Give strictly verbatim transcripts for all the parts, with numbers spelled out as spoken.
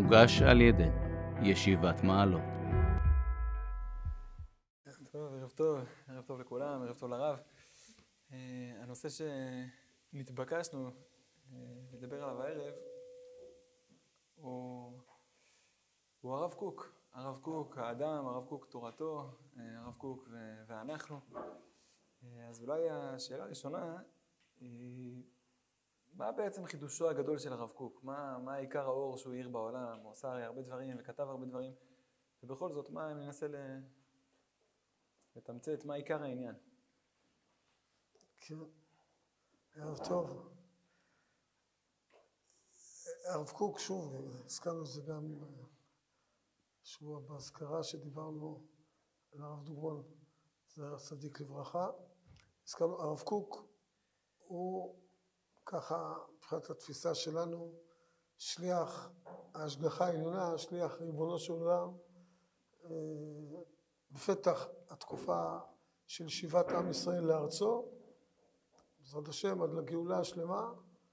מוגש על ידי ישיבת מעלות. טוב, ערב טוב, ערב טוב לכולם, ערב טוב לרב. הנושא שנתבקשנו לדבר עליו הערב הוא, הוא הרב קוק. הרב קוק, האדם, הרב קוק תורתו, הרב קוק ו- ואנחנו. אז אולי השאלה הראשונה היא, מה בעצם חידושו הגדול של הרב קוק? מה, מה עיקר האור שהוא העיר בעולם? הוא עשה הרי הרבה דברים וכתב הרבה דברים, ובכל זאת, מה אני מנסה ל... לתמצת, מה עיקר העניין? כן, ערב טוב. הרב קוק, שוב, הזכרנו את זה גם שבוע בהזכרה שדיברנו על הרב דוגמון, זכר צדיק לברכה. הזכרנו, הרב קוק הוא ככה, מבחינת התפיסה שלנו, שליח ההשגחה העליונה, שליח ריבונו של עולם, בפתח התקופה של שיבת עם ישראל לארצו, בעזרת השם עד לגאולה השלמה.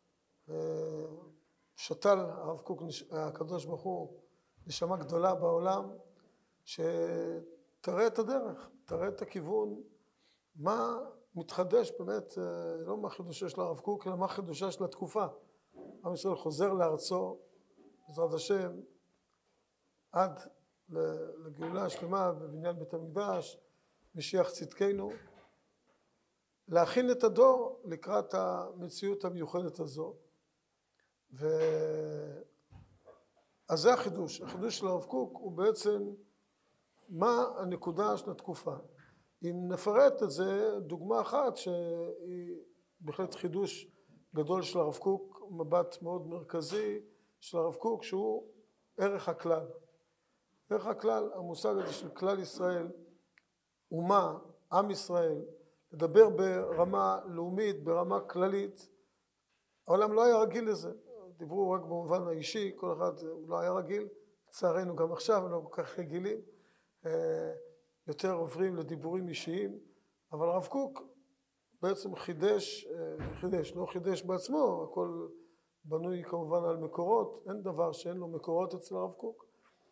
שתל הרב קוק, הקדוש ברוך הוא, נשמה גדולה בעולם, שתראה את הדרך, תראה את הכיוון, מה מתחדש באמת, לא מה חידושה של הרב קוק, אלא מה חידושה של התקופה. עם ישראל חוזר לארצו, בעזרת השם, עד לגאולה השלמה בבניין בית המקדש, משיח צדקנו, להכין את הדור לקראת המציאות המיוחדת הזו. ו... אז זה החידוש. החידוש של הרב קוק הוא בעצם מה הנקודה של התקופה. אם נפרט את זה, דוגמה אחת שהיא בהחלט חידוש גדול של הרב קוק, מבט מאוד מרכזי של הרב קוק, שהוא ערך הכלל. ערך הכלל, המושג הזה של כלל ישראל, אומה, עם ישראל, לדבר ברמה לאומית, ברמה כללית, העולם לא היה רגיל לזה. דיברו רק במובן האישי, כל אחד לא היה רגיל, לצערנו גם עכשיו, לא כל כך רגילים, יותר עוברים לדיבורים אישיים, אבל הרב קוק בעצם חידש, חידש, לא חידש בעצמו, הכל בנוי כמובן על מקורות, אין דבר שאין לו מקורות אצל הרב קוק,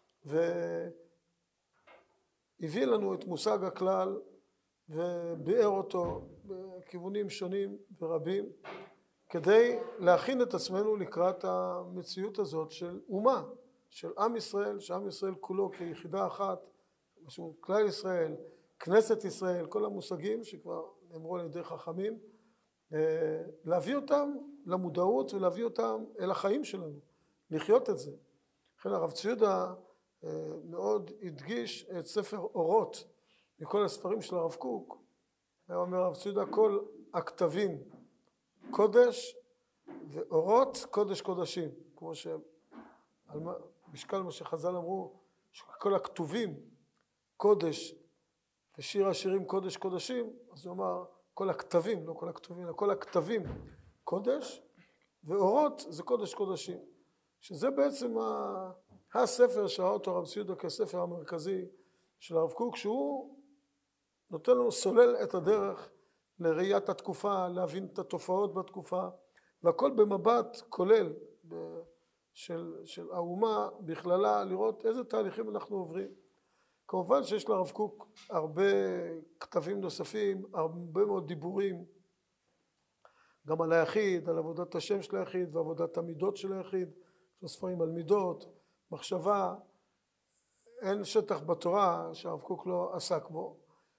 והביא לנו את מושג הכלל וביאר אותו בכיוונים שונים ורבים, כדי להכין את עצמנו לקראת המציאות הזאת של אומה, של עם ישראל, שעם ישראל כולו כיחידה אחת, משהו כלל ישראל, כנסת ישראל, כל המושגים שכבר נאמרו על ידי חכמים, להביא אותם למודעות ולהביא אותם אל החיים שלנו, לחיות את זה. לכן הרב ציודה מאוד הדגיש את ספר אורות מכל הספרים של הרב קוק. היה אומר הרב ציודה, כל הכתבים קודש ואורות קודש קודשים, כמו שמשקל מה שחז"ל אמרו, שכל הכתובים קודש ושיר השירים קודש קודשים, אז הוא אמר כל הכתבים, לא כל הכתובים, אלא כל הכתבים קודש, ואורות זה קודש קודשים, שזה בעצם הספר שראה אותו הרב ציודה כספר המרכזי של הרב קוק, שהוא נותן לנו, סולל את הדרך לראיית התקופה, להבין את התופעות בתקופה, והכל במבט כולל של, של האומה בכללה, לראות איזה תהליכים אנחנו עוברים. כמובן שיש לרב קוק הרבה כתבים נוספים, הרבה מאוד דיבורים, גם על היחיד, על עבודת השם של היחיד ועבודת המידות של היחיד, יש ספרים על מידות, מחשבה, אין שטח בתורה שהרב קוק לא עסק בו.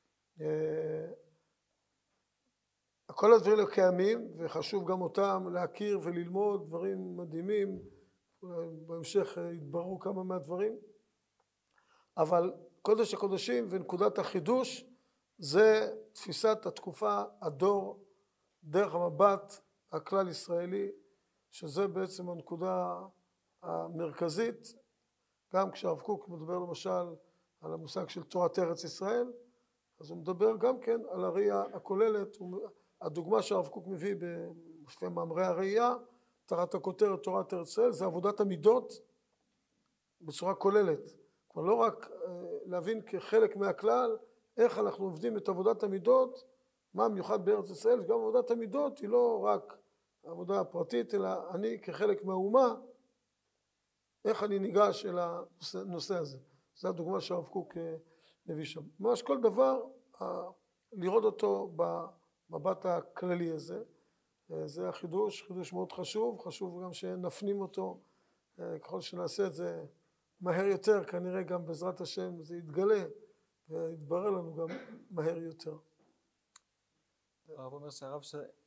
כל הדברים האלה קיימים, וחשוב גם אותם להכיר וללמוד, דברים מדהימים, בהמשך יתבררו כמה מהדברים, אבל קודש הקודשים ונקודת החידוש זה תפיסת התקופה, הדור, דרך המבט הכלל ישראלי, שזה בעצם הנקודה המרכזית. גם כשהרב קוק מדבר למשל על המושג של תורת ארץ ישראל, אז הוא מדבר גם כן על הראייה הכוללת. הדוגמה שהרב קוק מביא בשתי מאמרי הראייה, תחת הכותרת תורת ארץ ישראל, זה עבודת המידות בצורה כוללת. כלומר, לא רק להבין כחלק מהכלל איך אנחנו עובדים את עבודת המידות, מה מיוחד בארץ ישראל, גם עבודת המידות היא לא רק עבודה פרטית, אלא אני כחלק מהאומה איך אני ניגש אל הנושא הזה. זו הדוגמה שהרב קוק מביא שם. ממש כל דבר, לראות אותו במבט הכללי הזה, זה החידוש, חידוש מאוד חשוב, חשוב גם שנפנים אותו, ככל שנעשה את זה מהר יותר, כנראה גם בעזרת השם זה יתגלה, ויתברר לנו גם מהר יותר. הרב אומר שהרב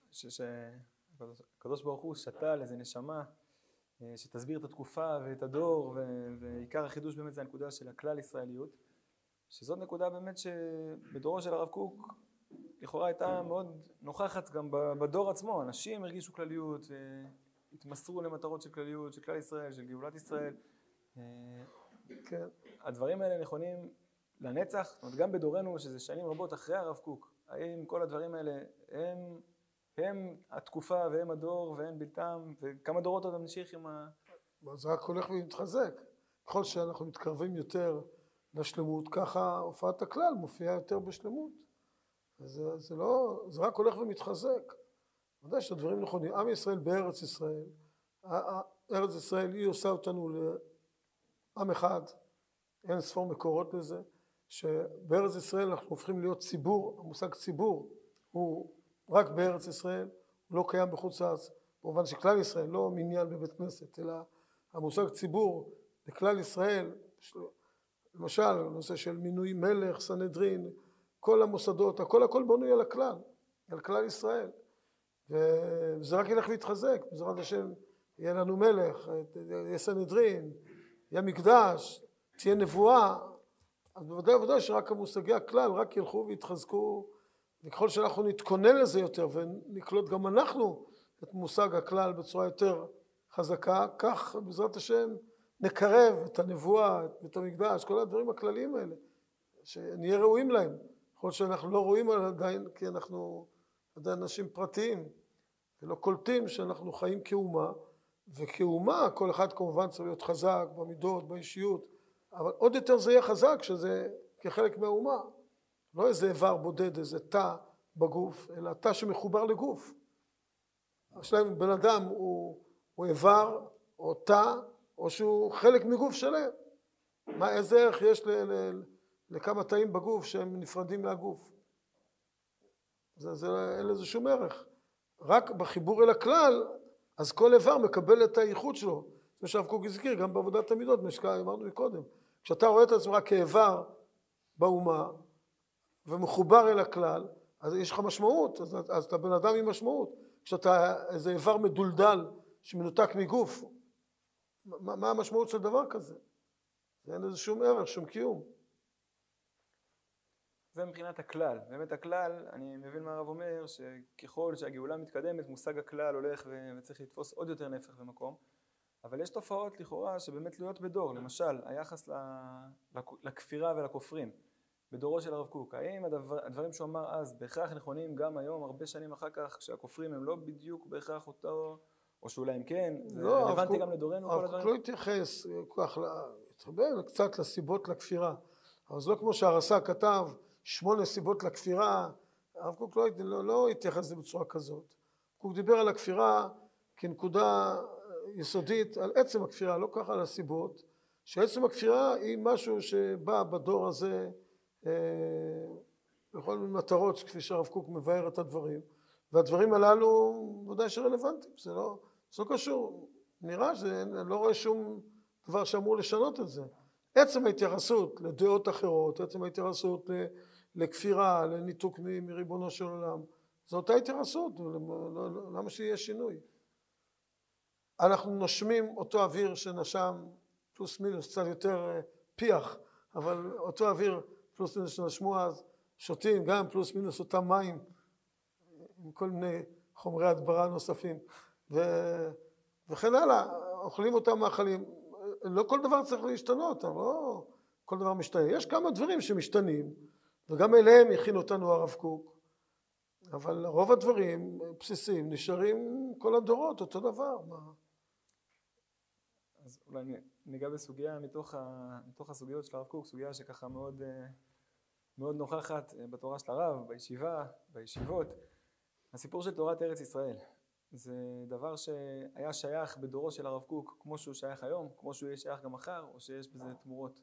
שהקדוש ברוך הוא שתה על איזה נשמה, שתסביר את התקופה ואת הדור, ועיקר החידוש באמת זה הנקודה של הכלל ישראליות, שזאת נקודה באמת שבדורו של הרב קוק לכאורה הייתה מאוד נוכחת גם בדור עצמו. אנשים הרגישו כלליות, התמסרו למטרות של כלליות, של כלל ישראל, של גאולת ישראל. כן. הדברים האלה נכונים לנצח, זאת אומרת, גם בדורנו, שזה שנים רבות אחרי הרב קוק, האם כל הדברים האלה הם, הם התקופה והם הדור והם בלתם, וכמה דורות עוד נמשיך עם ה... זה רק הולך ומתחזק. ככל שאנחנו מתקרבים יותר לשלמות, ככה הופעת הכלל מופיעה יותר בשלמות. זה, זה לא, זה רק הולך ומתחזק. ודאי שהדברים נכונים. עם ישראל בארץ ישראל, ארץ ישראל היא עושה אותנו לעם אחד, אין ספור מקורות לזה, שבארץ ישראל אנחנו הופכים להיות ציבור, המושג ציבור הוא רק בארץ ישראל, הוא לא קיים בחוץ לארץ, במובן שכלל ישראל, לא מניין בבית כנסת, אלא המושג ציבור בכלל ישראל, למשל, נושא של מינוי מלך, סנהדרין, כל המוסדות, הכל הכל בנוי על הכלל, על כלל ישראל. וזה רק ילך להתחזק, בעזרת השם יהיה לנו מלך, יהיה סנהדרין, יהיה מקדש, תהיה נבואה, אז בוודאי ובוודאי שרק המושגי הכלל רק ילכו ויתחזקו, וככל שאנחנו נתכונן לזה יותר ונקלוט גם אנחנו את מושג הכלל בצורה יותר חזקה, כך בעזרת השם נקרב את הנבואה, את המקדש, כל הדברים הכלליים האלה, שנהיה ראויים להם. יכול שאנחנו לא רואים עדיין, כי אנחנו עדיין אנשים פרטיים, ולא קולטים שאנחנו חיים כאומה, וכאומה כל אחד כמובן צריך להיות חזק במידות, באישיות, אבל עוד יותר זה יהיה חזק שזה כחלק מהאומה, לא איזה איבר בודד, איזה תא בגוף, אלא תא שמחובר לגוף. השלם בן אדם הוא, הוא איבר או תא, או שהוא חלק מגוף שלם. מה, איזה ערך יש ל, ל, לכמה תאים בגוף שהם נפרדים מהגוף? זה, זה, אין לזה שום ערך. רק בחיבור אל הכלל, אז כל איבר מקבל את הייחוד שלו. כמו שהרב קוק הזכיר, גם בעבודת המידות, משקע, אמרנו מקודם. כשאתה רואה את עצמך כאיבר באומה, ומחובר אל הכלל, אז יש לך משמעות, אז, אז אתה בן אדם עם משמעות. כשאתה איזה איבר מדולדל, שמנותק מגוף, מה, מה המשמעות של דבר כזה? אין לזה שום ערך, שום קיום. זה מבחינת הכלל. באמת הכלל, אני מבין מה הרב אומר, שככל שהגאולה מתקדמת, מושג הכלל הולך וצריך לתפוס עוד יותר נפח במקום. אבל יש תופעות לכאורה שבאמת תלויות בדור. למשל, היחס לכפירה ולכופרים בדורו של הרב קוק. האם הדבר, הדברים שהוא אמר אז בהכרח נכונים גם היום, הרבה שנים אחר כך, כשהכופרים הם לא בדיוק בהכרח אותו, או שאולי הם כן, זה לא, רלוונטי גם לדורנו כל הדברים? לא התייחס כל כך, התחבר קצת לסיבות לכפירה. אבל זה לא כמו שהרס"ק כתב, שמונה סיבות לכפירה, הרב קוק לא, לא, לא התייחס לזה בצורה כזאת. קוק דיבר על הכפירה כנקודה יסודית, על עצם הכפירה, לא ככה על הסיבות, שעצם הכפירה היא משהו שבא בדור הזה אה, בכל מיני מטרות, כפי שהרב קוק מבאר את הדברים, והדברים הללו ודאי שרלוונטיים, זה לא, זה לא קשור, נראה שאני לא רואה שום דבר שאמור לשנות את זה. עצם ההתייחסות לדעות אחרות, עצם ההתייחסות לכפירה, לניתוק מריבונו של עולם, זו אותה התייחסות, למה שיהיה שינוי? אנחנו נושמים אותו אוויר שנשם, פלוס מינוס, קצת יותר פיח, אבל אותו אוויר פלוס מינוס שנשמו אז, שותים גם פלוס מינוס אותם מים, עם כל מיני חומרי הדברה נוספים, ו... וכן הלאה, אוכלים אותם מאכלים, לא כל דבר צריך להשתנות, לא כל דבר משתנה, יש כמה דברים שמשתנים, וגם אליהם הכין אותנו הרב קוק, אבל רוב הדברים בסיסיים נשארים כל הדורות, אותו דבר. מה? אז אולי ניגע בסוגיה מתוך, ה... מתוך הסוגיות של הרב קוק, סוגיה שככה מאוד, מאוד נוכחת בתורה של הרב, בישיבה, בישיבות, הסיפור של תורת ארץ ישראל. זה דבר שהיה שייך בדורו של הרב קוק כמו שהוא שייך היום, כמו שהוא יהיה שייך גם מחר, או שיש בזה תמורות?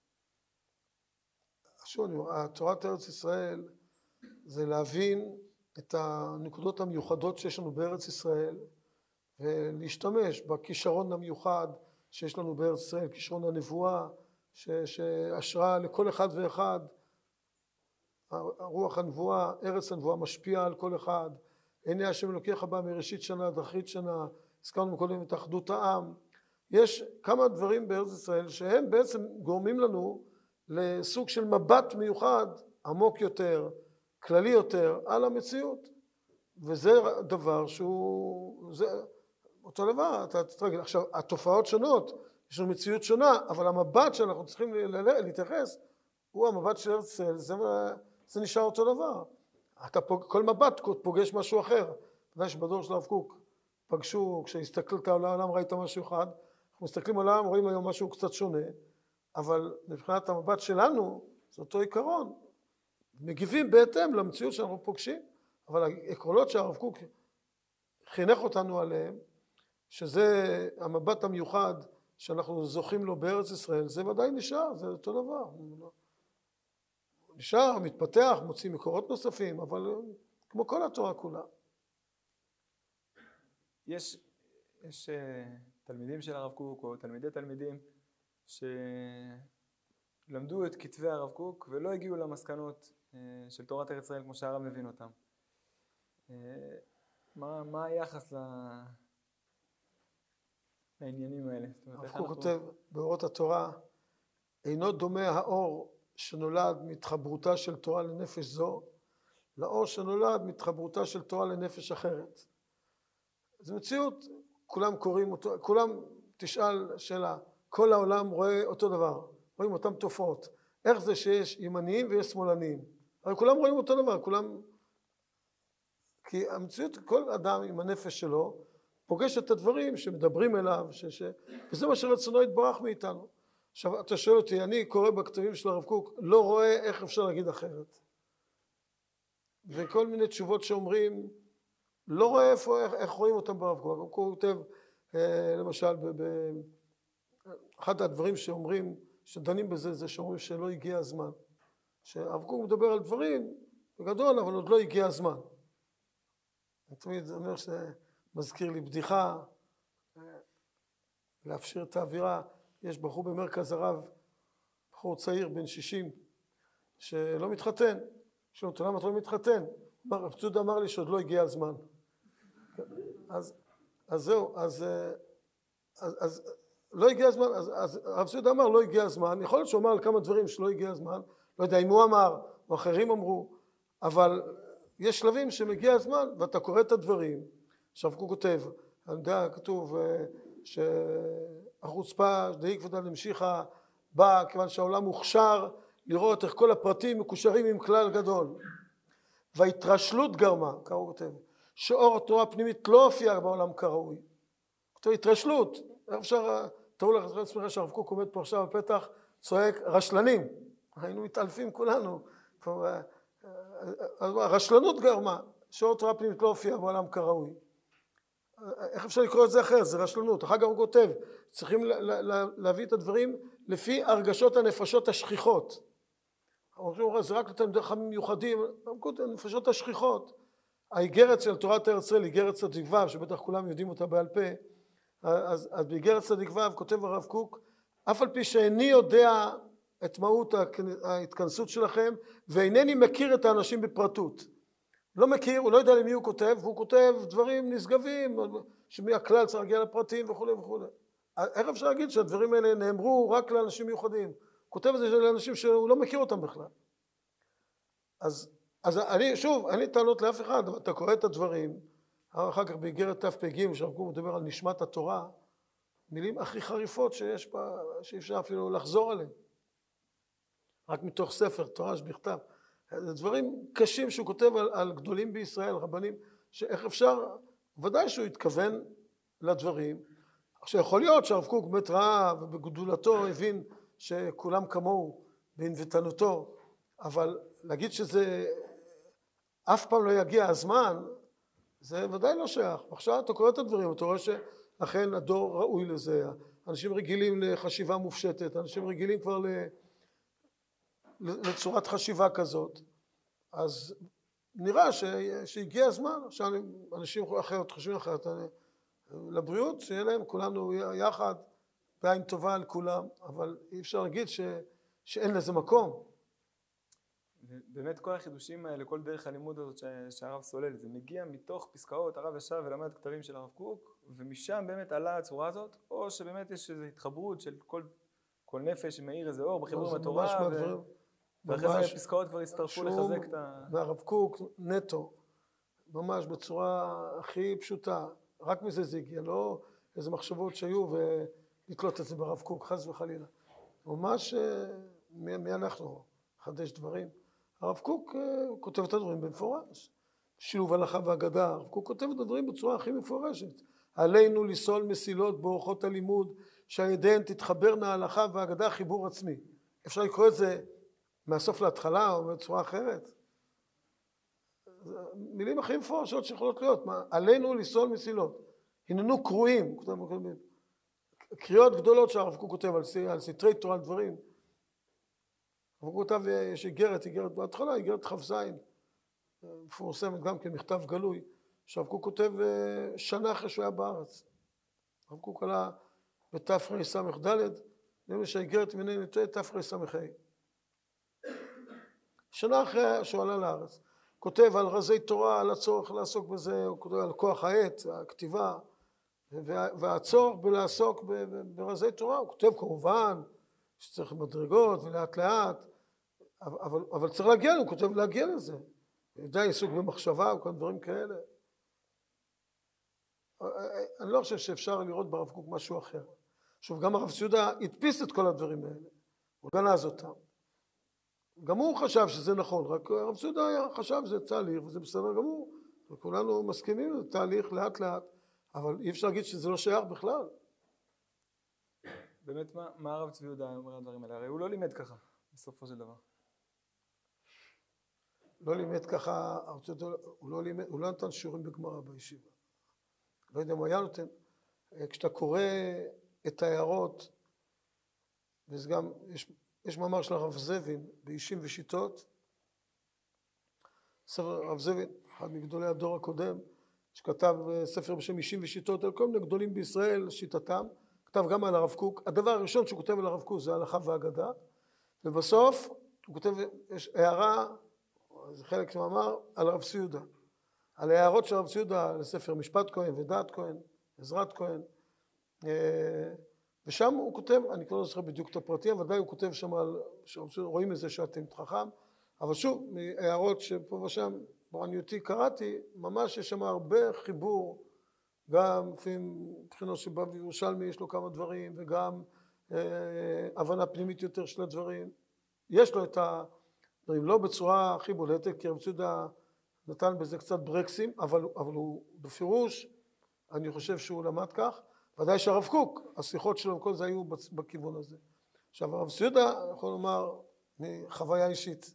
שוב, תורת ארץ ישראל זה להבין את הנקודות המיוחדות שיש לנו בארץ ישראל, ולהשתמש בכישרון המיוחד שיש לנו בארץ ישראל, כישרון הנבואה, שהשראה לכל אחד ואחד, רוח הנבואה, ארץ הנבואה משפיעה על כל אחד, הנה השם אלוקיך בא מראשית שנה עד אחרית שנה, הזכרנו קודם את אחדות העם. יש כמה דברים בארץ ישראל שהם בעצם גורמים לנו לסוג של מבט מיוחד, עמוק יותר, כללי יותר, על המציאות. וזה דבר שהוא, זה אותו דבר, אתה תתרגל. עכשיו, התופעות שונות, יש לנו מציאות שונה, אבל המבט שאנחנו צריכים להתייחס, הוא המבט של ארץ ישראל, זה, זה נשאר אותו דבר. אתה פוג, כל מבט פוגש משהו אחר. אתה יודע שבדור של הרב קוק פגשו, כשהסתכלת על העולם ראית משהו אחד, אנחנו מסתכלים על העולם, רואים היום משהו קצת שונה, אבל מבחינת המבט שלנו, זה אותו עיקרון. מגיבים בהתאם למציאות שאנחנו פוגשים, אבל העקרונות שהרב קוק חינך אותנו עליהם, שזה המבט המיוחד שאנחנו זוכים לו בארץ ישראל, זה ודאי נשאר, זה אותו דבר. נשאר, מתפתח, מוציא מקורות נוספים, אבל כמו כל התורה כולה. יש, יש תלמידים של הרב קוק, או תלמידי תלמידים, שלמדו את כתבי הרב קוק, ולא הגיעו למסקנות של תורת ארץ ישראל, כמו שהרב מבין אותם. מה, מה היחס ל... לעניינים האלה? הרב קוק כותב באורות התורה, אינו דומה האור שנולד מתחברותה של תורה לנפש זו, לאור שנולד מתחברותה של תורה לנפש אחרת. זו מציאות, כולם קוראים אותו, כולם תשאל שאלה, כל העולם רואה אותו דבר, רואים אותם תופעות. איך זה שיש ימניים ויש שמאלניים? הרי כולם רואים אותו דבר, כולם... כי המציאות, כל אדם עם הנפש שלו, פוגש את הדברים שמדברים אליו, ש... ש... וזה מה שרצונו יתברך מאיתנו. עכשיו, אתה שואל אותי, אני קורא בכתבים של הרב קוק, לא רואה איך אפשר להגיד אחרת. וכל מיני תשובות שאומרים, לא רואה איפה, איך, איך רואים אותם ברב קוק. הרב קוק כותב, אה, למשל, ב... ב... אחד הדברים שאומרים, שדנים בזה, זה שאומרים שלא הגיע הזמן. שהרב קוק מדבר על דברים בגדול, אבל עוד לא הגיע הזמן. אני תמיד אומר שמזכיר לי בדיחה, להפשיר את האווירה. יש בחור במרכז הרב, בחור צעיר בן שישים, שלא מתחתן. שאומרים, למה אתה לא מתחתן? רב צודה אמר לי שעוד לא הגיע הזמן. אז, אז זהו, אז, אז, אז לא הגיע הזמן, אז, אז רב צודה אמר לא הגיע הזמן, יכול להיות שהוא אמר על כמה דברים שלא הגיע הזמן, לא יודע אם הוא אמר או אחרים אמרו, אבל יש שלבים שמגיע הזמן ואתה קורא את הדברים. עכשיו הוא כותב, אני יודע, כתוב שהחוצפה די כבודה למשיכה באה כיוון שהעולם מוכשר לראות איך כל הפרטים מקושרים עם כלל גדול. וההתרשלות גרמה, כך הוא כותב, שאור התורה הפנימית לא הופיע בעולם כראוי. כתוב התרשלות, איך אפשר, תראו לך עצמך שהרב קוק עומד פה עכשיו בפתח, צועק רשלנים, היינו מתעלפים כולנו. הרשלנות גרמה, שאור התורה הפנימית לא הופיע בעולם כראוי. איך אפשר לקרוא את זה אחרת? זה רשלנות. אחר כך הוא כותב, צריכים להביא את הדברים לפי הרגשות הנפשות השכיחות. זה רק לתלמידי חכמים מיוחדים, הנפשות השכיחות. האיגרת של תורת ארץ ישראל, איגרת צדיק ו', שבטח כולם יודעים אותה בעל פה, אז, אז באיגרת צדיק ו' כותב הרב קוק, אף על פי שאיני יודע את מהות ההתכנסות שלכם, ואינני מכיר את האנשים בפרטות. לא מכיר, הוא לא יודע למי הוא כותב, והוא כותב דברים נשגבים, שמהכלל צריך להגיע לפרטים וכו' וכו'. איך אפשר להגיד שהדברים האלה נאמרו רק לאנשים מיוחדים? הוא כותב את זה לאנשים שהוא לא מכיר אותם בכלל. אז, אז אני, שוב, אין לי טענות לאף אחד, אבל אתה קורא את הדברים, אחר כך באיגרת תפ"ג, שהרב קוק מדבר על נשמת התורה, מילים הכי חריפות שיש בה, שאי אפשר אפילו לחזור עליהם. רק מתוך ספר, תורה שבכתב. זה דברים קשים שהוא כותב על, על גדולים בישראל, רבנים, שאיך אפשר, ודאי שהוא התכוון לדברים. עכשיו יכול להיות שהרב קוק באמת ראה ובגדולתו הבין שכולם כמוהו בענוותנותו, אבל להגיד שזה אף פעם לא יגיע הזמן, זה ודאי לא שייך. עכשיו אתה קורא את הדברים, אתה רואה שאכן הדור ראוי לזה. אנשים רגילים לחשיבה מופשטת, אנשים רגילים כבר לצורת חשיבה כזאת. אז נראה שהגיע הזמן, עכשיו אנשים אחרת חושבים אחרת, לבריאות, שיהיה להם כולנו יחד, בעין טובה על כולם, אבל אי אפשר להגיד ש, שאין לזה מקום. באמת כל החידושים האלה, כל דרך הלימוד הזאת שהרב סולל, זה מגיע מתוך פסקאות, הרב ישב ולמד כתבים של הרב קוק, ומשם באמת עלה הצורה הזאת, או שבאמת יש איזו התחברות של כל, כל נפש שמאיר איזה אור בחיבור עם התורה, ו... ואחרי זה הפסקאות כבר הצטרפו לחזק את ה... והרב קוק נטו, ממש בצורה הכי פשוטה, רק מזה זה הגיע, לא איזה מחשבות שהיו ולתלות את זה ברב קוק, חס וחלילה. ממש, מי, מי אנחנו? חדש דברים. הרב קוק כותב את הדברים במפורש. שילוב הלכה והגדה, הרב קוק כותב את הדברים בצורה הכי מפורשת. עלינו לסול מסילות באורחות הלימוד, שעל ידיהן תתחברנה ההלכה והגדה חיבור עצמי. אפשר לקרוא את זה מהסוף להתחלה או בצורה אחרת. מילים הכי מפורשות שיכולות להיות. מה? עלינו לסול מסילות. הננו קרואים, קריאות גדולות שהרב קוק כותב על, על סתרי תורה דברים. הרב קוק כותב, יש איגרת, איגרת בהתחלה, איגרת חפזיים, מפורסמת גם כן מכתב גלוי, שהרב קוק כותב שנה אחרי שהוא היה בארץ. הרב קוק עלה בתפרי סמך ד', נראה לי שהאיגרת מנהל נטועה תפרי סמך ה'. שנה אחרי שהוא עלה לארץ. כותב על רזי תורה, על הצורך לעסוק בזה, הוא כותב על כוח העט, הכתיבה, והצורך בלעסוק ברזי תורה. הוא כותב כמובן שצריך מדרגות ולאט לאט, אבל, אבל צריך להגיע, הוא כותב להגיע לזה. די עיסוק במחשבה וכל דברים כאלה. אני לא חושב שאפשר לראות ברב קוק משהו אחר. שוב, גם הרב ציודה הדפיס את כל הדברים האלה, הוא גנז אותם. גם הוא חשב שזה נכון, רק הרב ציודה חשב שזה תהליך וזה בסדר גמור, וכולנו מסכימים לזה תהליך לאט לאט, אבל אי אפשר להגיד שזה לא שייך בכלל. באמת מה, מה הרב צבי יהודה אומר על הדברים האלה? הרי הוא לא לימד ככה, בסופו של דבר. לא לימד ככה, הוא לא, לימד, הוא לא נתן שיעורים בגמרא בישיבה. לא יודע מה היה נותן. כשאתה קורא את ההערות, וזה גם, יש, יש מאמר של הרב זבין, באישים ושיטות, ספר הרב זבין, אחד מגדולי הדור הקודם, שכתב ספר בשם אישים ושיטות, על כל מיני גדולים בישראל, שיטתם, כתב גם על הרב קוק. הדבר הראשון שהוא כותב על הרב קוק זה הלכה והגדה, ובסוף הוא כותב, יש הערה, זה חלק שמאמר, על הרב ציודה. על הערות של הרב ציודה לספר משפט כהן ודעת כהן, עזרת כהן, ושם הוא כותב, אני כבר לא זוכר בדיוק את הפרטים, ודאי הוא כותב שם על, רואים איזה שאתם חכם, אבל שוב, מהערות שפה ושם, בעניותי קראתי, ממש יש שם הרבה חיבור, גם לפעמים מבחינות שבא בירושלמי יש לו כמה דברים, וגם אה, הבנה פנימית יותר של הדברים. יש לו את הדברים, לא בצורה הכי בולטת, כי הרב ציודה נתן בזה קצת ברקסים, אבל, אבל הוא בפירוש, אני חושב שהוא למד כך, ודאי שהרב קוק, השיחות שלו וכל זה היו בכיוון הזה. עכשיו, הרב ציודה, יכול לומר, מחוויה אישית,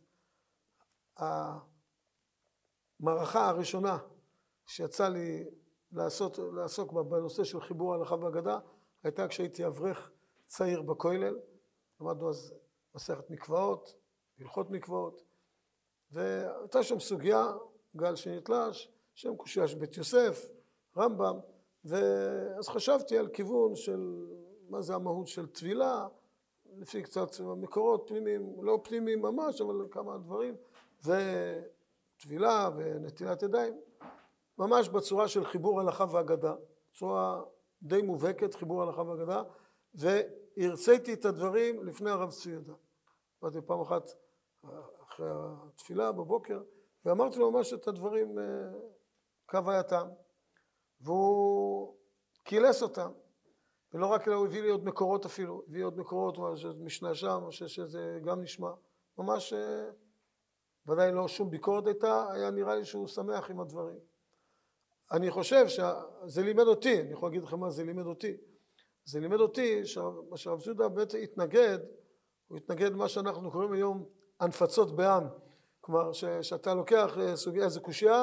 המערכה הראשונה שיצא לי לעשות, לעסוק בה בנושא של חיבור ההלכה והגדה, הייתה כשהייתי אברך צעיר בכולל, למדנו אז מסכת מקוואות, הלכות מקוואות, והייתה שם סוגיה, גל שנתלש, שם קושייה של בית יוסף, רמב"ם, ואז חשבתי על כיוון של מה זה המהות של טבילה, לפי קצת מקורות פנימיים, לא פנימיים ממש, אבל כמה דברים, וטבילה ונטילת ידיים, ממש בצורה של חיבור הלכה והגדה, בצורה די מובהקת, חיבור הלכה והגדה, והרציתי את הדברים לפני הרב צבי יהודה. באתי פעם אחת אחרי התפילה בבוקר, ואמרתי לו ממש את הדברים כהווייתם, והוא קילס אותם, ולא רק הוא הביא לי עוד מקורות אפילו, הביא עוד מקורות, משנה שם, שזה גם נשמע, ממש ודאי לא שום ביקורת הייתה, היה נראה לי שהוא שמח עם הדברים. אני חושב שזה לימד אותי, אני יכול להגיד לכם מה זה לימד אותי, זה לימד אותי שהרב ציודה בעצם התנגד, הוא התנגד מה שאנחנו קוראים היום הנפצות בעם, כלומר שאתה לוקח סוגיה איזה קושייה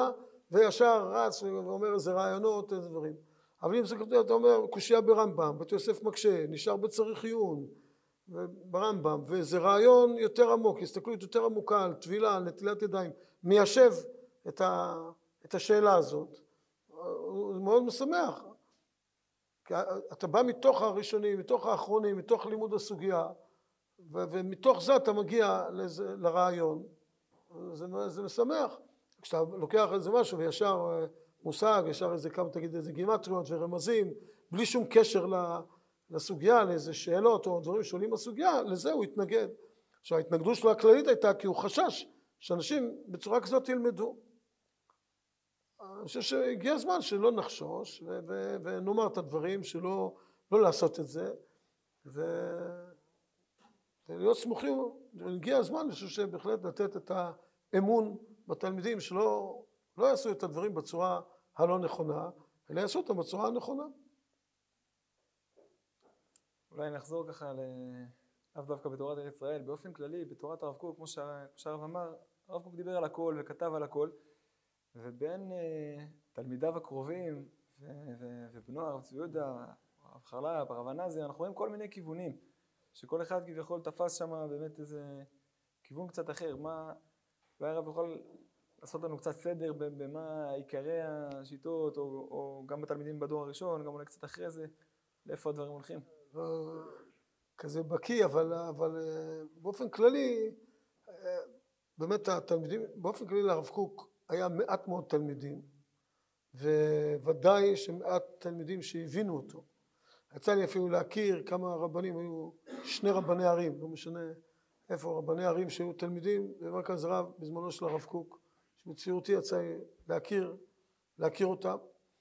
וישר רץ ואומר איזה רעיונות, איזה דברים. אבל אם זה כתוב, אתה אומר, קושייה ברמב"ם, בית יוסף מקשה, נשאר בצריך עיון, ברמב"ם, וזה רעיון יותר עמוק, הסתכלות יותר עמוקה על טבילה, על נטילת ידיים, מיישב את, ה, את השאלה הזאת. הוא מאוד משמח. אתה בא מתוך הראשונים, מתוך האחרונים, מתוך לימוד הסוגיה, ו- ומתוך זה אתה מגיע לזה, לרעיון. זה, זה משמח. כשאתה לוקח איזה משהו וישר מושג, ישר איזה כמה תגיד איזה גימטריות ורמזים, בלי שום קשר לסוגיה, לאיזה שאלות או דברים שעולים בסוגיה, לזה הוא התנגד. עכשיו ההתנגדות שלו הכללית הייתה כי הוא חשש שאנשים בצורה כזאת ילמדו. אני חושב שהגיע הזמן שלא נחשוש ו- ו- ונאמר את הדברים, שלא לא לעשות את זה, ו- ולהיות סמוכים. הגיע הזמן, אני חושב שבהחלט לתת את האמון בתלמידים שלא לא יעשו את הדברים בצורה הלא נכונה, אלא יעשו אותם בצורה הנכונה. אולי נחזור ככה לאו דווקא בתורת ארץ ישראל, באופן כללי, בתורת הרב קוק, כמו שהרב אמר, הרב קוק דיבר על הכל וכתב על הכל, ובין uh, תלמידיו הקרובים ו- ו- ובנו הרב צבי יהודה, הרב חרל"פ, הרב ענזי, אנחנו רואים כל מיני כיוונים, שכל אחד כביכול תפס שם באמת איזה כיוון קצת אחר. מה, אולי הרב יכול לעשות לנו קצת סדר במה עיקרי השיטות, או, או גם בתלמידים בדור הראשון, גם אולי קצת אחרי זה, לאיפה הדברים הולכים? כזה בקיא, אבל, אבל באופן כללי, באמת התלמידים, באופן כללי לרב קוק היה מעט מאוד תלמידים, וודאי שמעט תלמידים שהבינו אותו. יצא לי אפילו להכיר כמה רבנים, היו שני רבני ערים, לא משנה איפה, רבני ערים שהיו תלמידים, במרכז רב בזמנו של הרב קוק, שבציורתי יצא לי להכיר, להכיר אותם.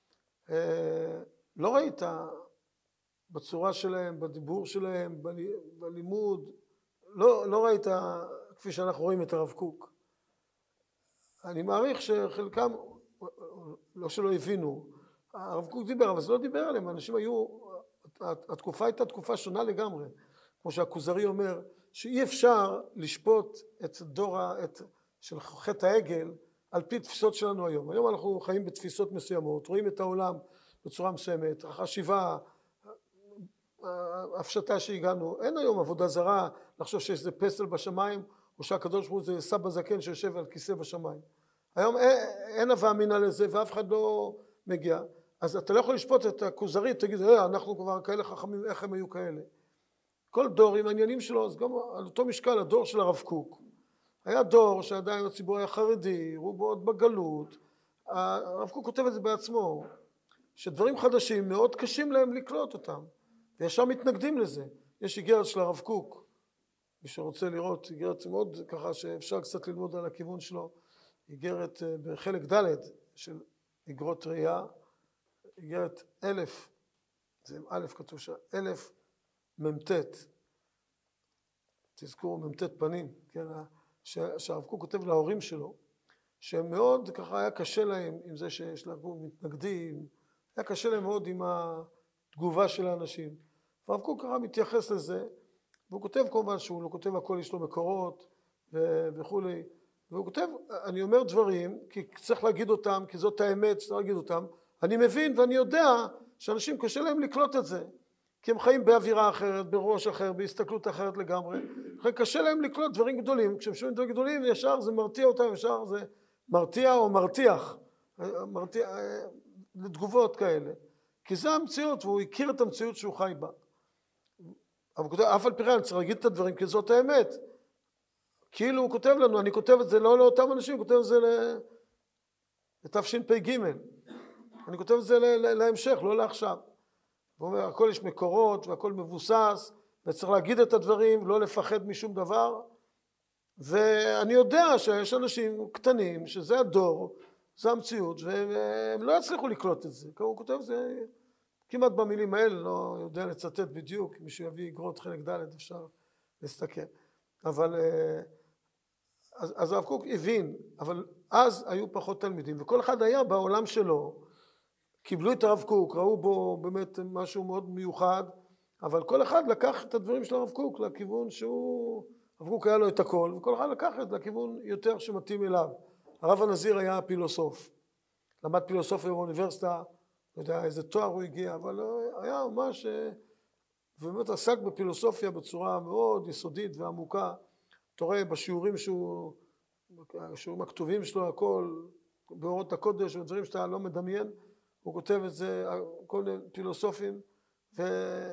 לא ראית בצורה שלהם, בדיבור שלהם, בלימוד, לא, לא ראית כפי שאנחנו רואים את הרב קוק. אני מעריך שחלקם, לא שלא הבינו, הרב קוק דיבר, אבל זה לא דיבר עליהם, האנשים היו, התקופה הייתה תקופה שונה לגמרי, כמו שהכוזרי אומר, שאי אפשר לשפוט את דור, את, של חטא העגל, על פי תפיסות שלנו היום. היום אנחנו חיים בתפיסות מסוימות, רואים את העולם בצורה מסוימת, החשיבה, ההפשטה שהגענו, אין היום עבודה זרה, לחשוב שיש איזה פסל בשמיים, או שהקדוש ברוך הוא זה סבא זקן שיושב על כיסא בשמיים. היום אין הווה אמינא לזה, ואף אחד לא מגיע. אז אתה לא יכול לשפוט את הכוזרי, תגיד, אה, אנחנו כבר כאלה חכמים, איך הם היו כאלה? כל דור עם העניינים שלו, אז גם על אותו משקל, הדור של הרב קוק, היה דור שעדיין הציבור היה חרדי, רובו עוד בגלות, הרב קוק כותב את זה בעצמו, שדברים חדשים מאוד קשים להם לקלוט אותם, וישר מתנגדים לזה. יש איגרת של הרב קוק, מי שרוצה לראות, איגרת מאוד ככה שאפשר קצת ללמוד על הכיוון שלו, איגרת בחלק ד' של איגרות ראייה, איגרת אלף, זה עם א' כתוב שם, אלף ממתת, תזכורו ממתת פנים, כן, שהרב קוק כותב להורים שלו, שהם מאוד ככה היה קשה להם עם זה שיש להם מתנגדים, היה קשה להם מאוד עם התגובה של האנשים. והרב קוק ככה מתייחס לזה, והוא כותב כמובן שהוא לא כותב הכל, יש לו מקורות וכו'. והוא כותב, אני אומר דברים, כי צריך להגיד אותם, כי זאת האמת, צריך להגיד אותם. אני מבין ואני יודע שאנשים קשה להם לקלוט את זה, כי הם חיים באווירה אחרת, בראש אחר, בהסתכלות אחרת לגמרי. קשה להם לקלוט דברים גדולים, כשהם שומעים דברים גדולים, ישר זה מרתיע אותם, ישר זה מרתיע או מרתיח, מרתיע, לתגובות כאלה. כי זה המציאות, והוא הכיר את המציאות שהוא חי בה. אבל הוא כותב, אף על פי כן, צריך להגיד את הדברים, כי זאת האמת. כאילו הוא כותב לנו, אני כותב את זה לא לאותם אנשים, הוא כותב את זה לתשפ"ג. אני כותב את זה להמשך, לא לעכשיו. הוא אומר, הכל יש מקורות והכל מבוסס, וצריך להגיד את הדברים, לא לפחד משום דבר. ואני יודע שיש אנשים קטנים, שזה הדור, זה המציאות, והם לא יצליחו לקלוט את זה. הוא כותב את זה כמעט במילים האלה, לא יודע לצטט בדיוק, מישהו יביא אגרות חלק ד' אפשר להסתכל. אבל, אז, אז הרב קוק הבין, אבל אז היו פחות תלמידים, וכל אחד היה בעולם שלו, קיבלו את הרב קוק, ראו בו באמת משהו מאוד מיוחד, אבל כל אחד לקח את הדברים של הרב קוק לכיוון שהוא, הרב קוק היה לו את הכל, וכל אחד לקח את זה לכיוון יותר שמתאים אליו. הרב הנזיר היה הפילוסוף, למד פילוסופיה באוניברסיטה, לא יודע איזה תואר הוא הגיע, אבל היה ממש, ובאמת עסק בפילוסופיה בצורה מאוד יסודית ועמוקה. אתה רואה בשיעורים שהוא, בשיעורים הכתובים שלו, הכל, באורות הקודש ודברים שאתה לא מדמיין, הוא כותב את זה, כל מיני פילוסופים, ו...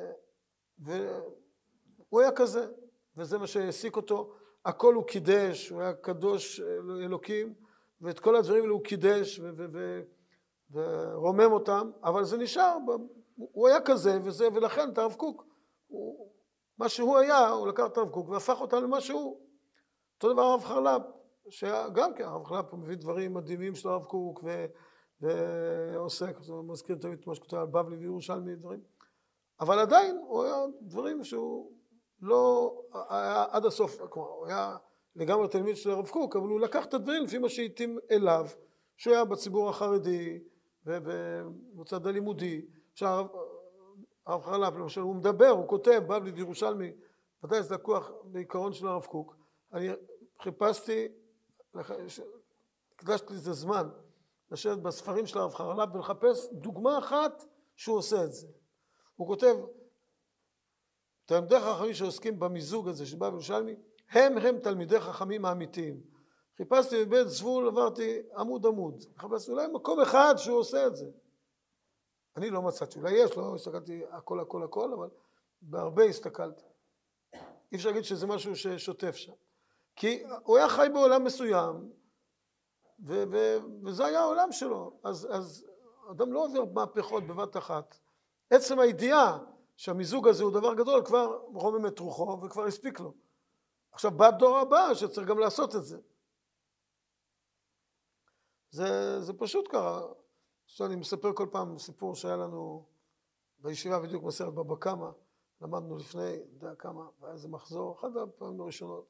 והוא היה כזה, וזה מה שהעסיק אותו. הכל הוא קידש, הוא היה קדוש אלוקים, ואת כל הדברים האלה הוא קידש ו... ו... ו... ורומם אותם, אבל זה נשאר, הוא היה כזה וזה, ולכן את הרב קוק, הוא... מה שהוא היה, הוא לקח את הרב קוק והפך אותם למה שהוא. אותו דבר הרב חרל"פ, שגם כן, הרב חרל"פ מביא דברים מדהימים של הרב קוק, ו... ועוסק, זה מזכיר תמיד מה שכותב על בבלי וירושלמי, דברים. אבל עדיין הוא היה דברים שהוא לא היה עד הסוף, כלומר, הוא היה לגמרי תלמיד של הרב קוק, אבל הוא לקח את הדברים לפי מה שהתאים אליו, שהוא היה בציבור החרדי ובצד הלימודי. עכשיו, הרב חרל"פ, למשל, הוא מדבר, הוא כותב, בבלי וירושלמי, ודאי זה לקוח בעיקרון של הרב קוק. אני חיפשתי, הקדשתי לזה זמן, לשבת בספרים של הרב חרל"פ ולחפש דוגמה אחת שהוא עושה את זה. הוא כותב, תלמידי חכמים שעוסקים במיזוג הזה של בבלי וירושלמי, הם הם תלמידי חכמים האמיתיים. חיפשתי בבית זבול, עברתי עמוד עמוד. חיפשתי אולי מקום אחד שהוא עושה את זה. אני לא מצאתי, אולי יש, לא הסתכלתי הכל הכל הכל, אבל בהרבה הסתכלתי. אי אפשר להגיד שזה משהו ששוטף שם. כי הוא היה חי בעולם מסוים, ו- ו- וזה היה העולם שלו. אז, אז אדם לא עובר מהפכות בבת אחת. עצם הידיעה שהמיזוג הזה הוא דבר גדול, כבר רומם את רוחו וכבר הספיק לו. עכשיו בא הדור הבא שצריך גם לעשות את זה. זה, זה פשוט ככה. עכשיו אני מספר כל פעם סיפור שהיה לנו בישיבה בדיוק מסרת בבא קמא, למדנו לפני, יודע כמה, והיה איזה מחזור, אחת הפעמים הראשונות.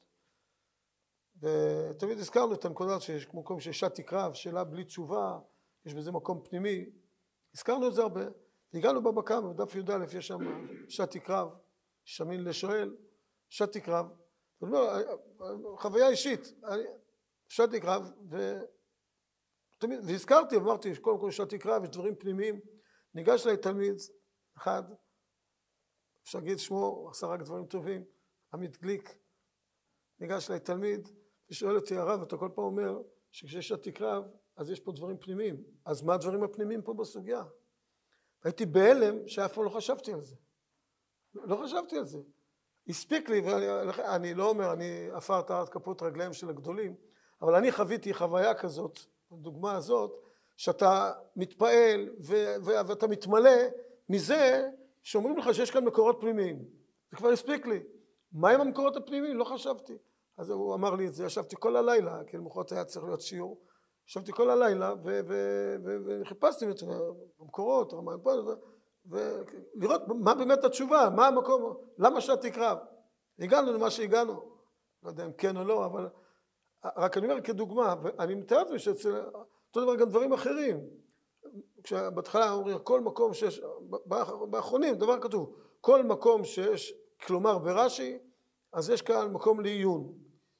ותמיד הזכרנו את הנקודה שיש כמו מקום שיש שעת קרב, שאלה בלי תשובה, יש בזה מקום פנימי. הזכרנו את זה הרבה. והגענו בבא קמא, בדף י"א יש שם שעת קרב, שמין לשואל, שעת קרב. זאת אומרת, חוויה אישית, שעת קרב, ו... והזכרתי, אמרתי, קודם כל שעת קרב, יש דברים פנימיים. ניגש אליי תלמיד אחד, אפשר להגיד שמו, הוא עשה רק דברים טובים, עמית גליק. ניגש אליי תלמיד, ושואל אותי הרב, אתה כל פעם אומר שכשיש שעת קרב, אז יש פה דברים פנימיים. אז מה הדברים הפנימיים פה בסוגיה? הייתי בהלם שאף פעם לא חשבתי על זה. לא חשבתי על זה. הספיק לי, ואני לא אומר, אני עפר תחת כפות רגליהם של הגדולים, אבל אני חוויתי חוויה כזאת, הדוגמה הזאת, שאתה מתפעל ו- ו- ואתה מתמלא מזה שאומרים לך שיש כאן מקורות פנימיים. זה כבר הספיק לי. מה עם המקורות הפנימיים? לא חשבתי. אז הוא אמר לי את זה, ישבתי כל הלילה, כי למחרת היה צריך להיות שיעור, ישבתי כל הלילה וחיפשתי את המקורות, ולראות מה באמת התשובה, מה המקום, למה שעת קרב. הגענו למה שהגענו. לא יודע אם כן או לא, אבל רק אני אומר כדוגמה, ואני מתאר את זה שאצל אותו דבר גם דברים אחרים. כשבהתחלה אומרים, כל מקום שיש, באחרונים דבר כתוב, כל מקום שיש, כלומר ברש"י, אז יש כאן מקום לעיון.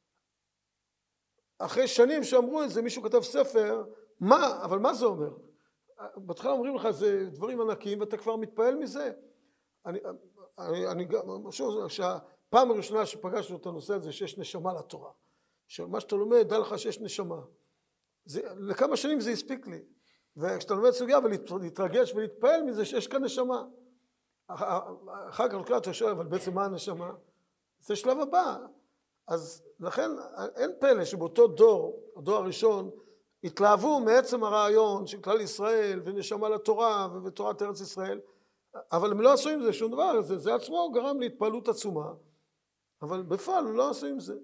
אחרי שנים שאמרו את זה, מישהו כתב ספר, מה, אבל מה זה אומר? בהתחלה אומרים לך, זה דברים ענקיים, ואתה כבר מתפעל מזה. אני, אני, אני שוב, שהפעם הראשונה שפגשנו את הנושא הזה, שיש נשמה לתורה. שמה שאתה לומד, דע לך שיש נשמה. זה, לכמה שנים זה הספיק לי. וכשאתה לומד סוגיה ולהתרגש ולהתפעל מזה שיש כאן נשמה. אחר כך אתה שואל, אבל בעצם מה הנשמה? זה שלב הבא. אז לכן אין פלא שבאותו דור, הדור הראשון, התלהבו מעצם הרעיון של כלל ישראל ונשמה לתורה ותורת ארץ ישראל, אבל הם לא עשו עם זה שום דבר. זה, זה עצמו גרם להתפעלות עצומה, אבל בפועל הוא לא עשו עם זה.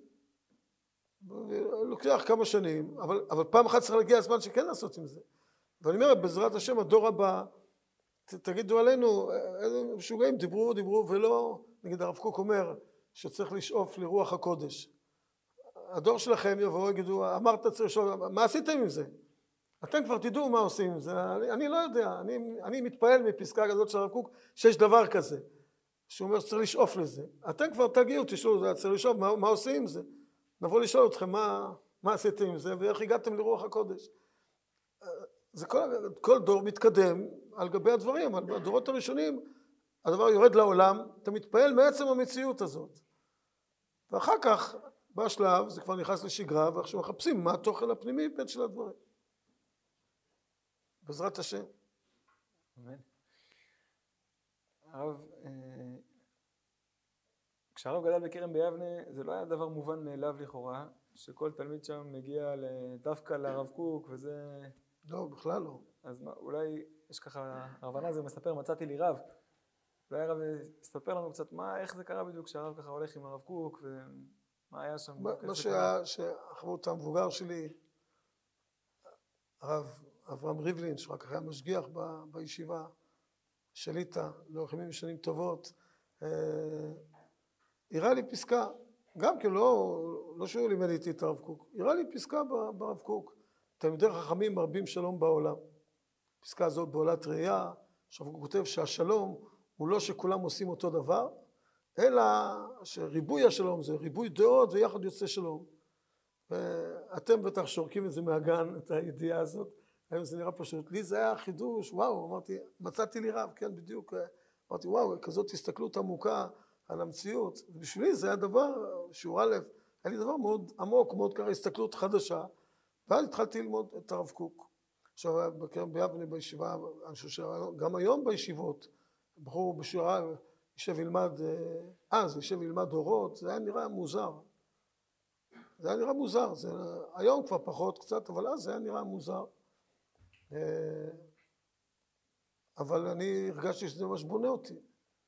לוקח כמה שנים, אבל, אבל פעם אחת צריך להגיע הזמן שכן לעשות עם זה. ואני אומר, בעזרת השם, הדור הבא, ת, תגידו עלינו, משוגעים, דיברו, דיברו, ולא, נגיד הרב קוק אומר, שצריך לשאוף לרוח הקודש. הדור שלכם יבואו, יגידו, אמרת צריך לשאוף, מה עשיתם עם זה? אתם כבר תדעו מה עושים עם זה, אני, אני לא יודע, אני, אני מתפעל מפסקה כזאת של הרב קוק, שיש דבר כזה, שהוא אומר שצריך לשאוף לזה. אתם כבר תגיעו, תשאלו, צריך לשאוף, מה, מה עושים עם זה? נבוא לשאול אתכם מה, מה עשיתם עם זה, ואיך הגעתם לרוח הקודש. זה כל, כל דור מתקדם על גבי הדברים, על הדורות הראשונים, הדבר יורד לעולם, אתה מתפעל מעצם המציאות הזאת. ואחר כך, בשלב, זה כבר נכנס לשגרה, ועכשיו מחפשים מה התוכן הפנימי בין של הדברים. בעזרת השם. אמן. הרב, כשהרב גדל בכרם ביבנה, זה לא היה דבר מובן מאליו לכאורה, שכל תלמיד שם מגיע דווקא לרב קוק, וזה... לא, בכלל לא. אז מה, אולי יש ככה, הרב זה מספר, מצאתי לי רב. אולי הרב יספר לנו קצת מה, איך זה קרה בדיוק שהרב ככה הולך עם הרב קוק, ומה היה שם. מה שהיה, שהחברות המבוגר שלי, הרב אברהם ריבלין, שרק אחרי המשגיח בישיבה, שליטה, לאורך ימים שנים טובות, הראה לי פסקה, גם כן לא, לא שהוא לימד איתי את הרב קוק, הראה לי פסקה ברב קוק, תלמידי חכמים מרבים שלום בעולם. פסקה הזאת בעולת ראייה, עכשיו הוא כותב שהשלום הוא לא שכולם עושים אותו דבר, אלא שריבוי השלום זה ריבוי דעות ויחד יוצא שלום. ואתם בטח שורקים את זה מהגן, את הידיעה הזאת, היום זה נראה פשוט. לי זה היה חידוש, וואו, אמרתי, מצאתי לי רב, כן, בדיוק. אמרתי, וואו, כזאת הסתכלות עמוקה על המציאות. ובשבילי זה היה דבר, שיעור א', היה לי דבר מאוד עמוק, מאוד קרה, הסתכלות חדשה, ואז התחלתי ללמוד את הרב קוק. עכשיו, בכרם ביבנה בישיבה, אני חושב שגם היום בישיבות, בחור בשירה, יישב ילמד, אז יישב ילמד אורות, זה היה נראה מוזר. זה היה נראה מוזר, זה, היום כבר פחות קצת, אבל אז זה היה נראה מוזר. אבל אני הרגשתי שזה ממש בונה אותי.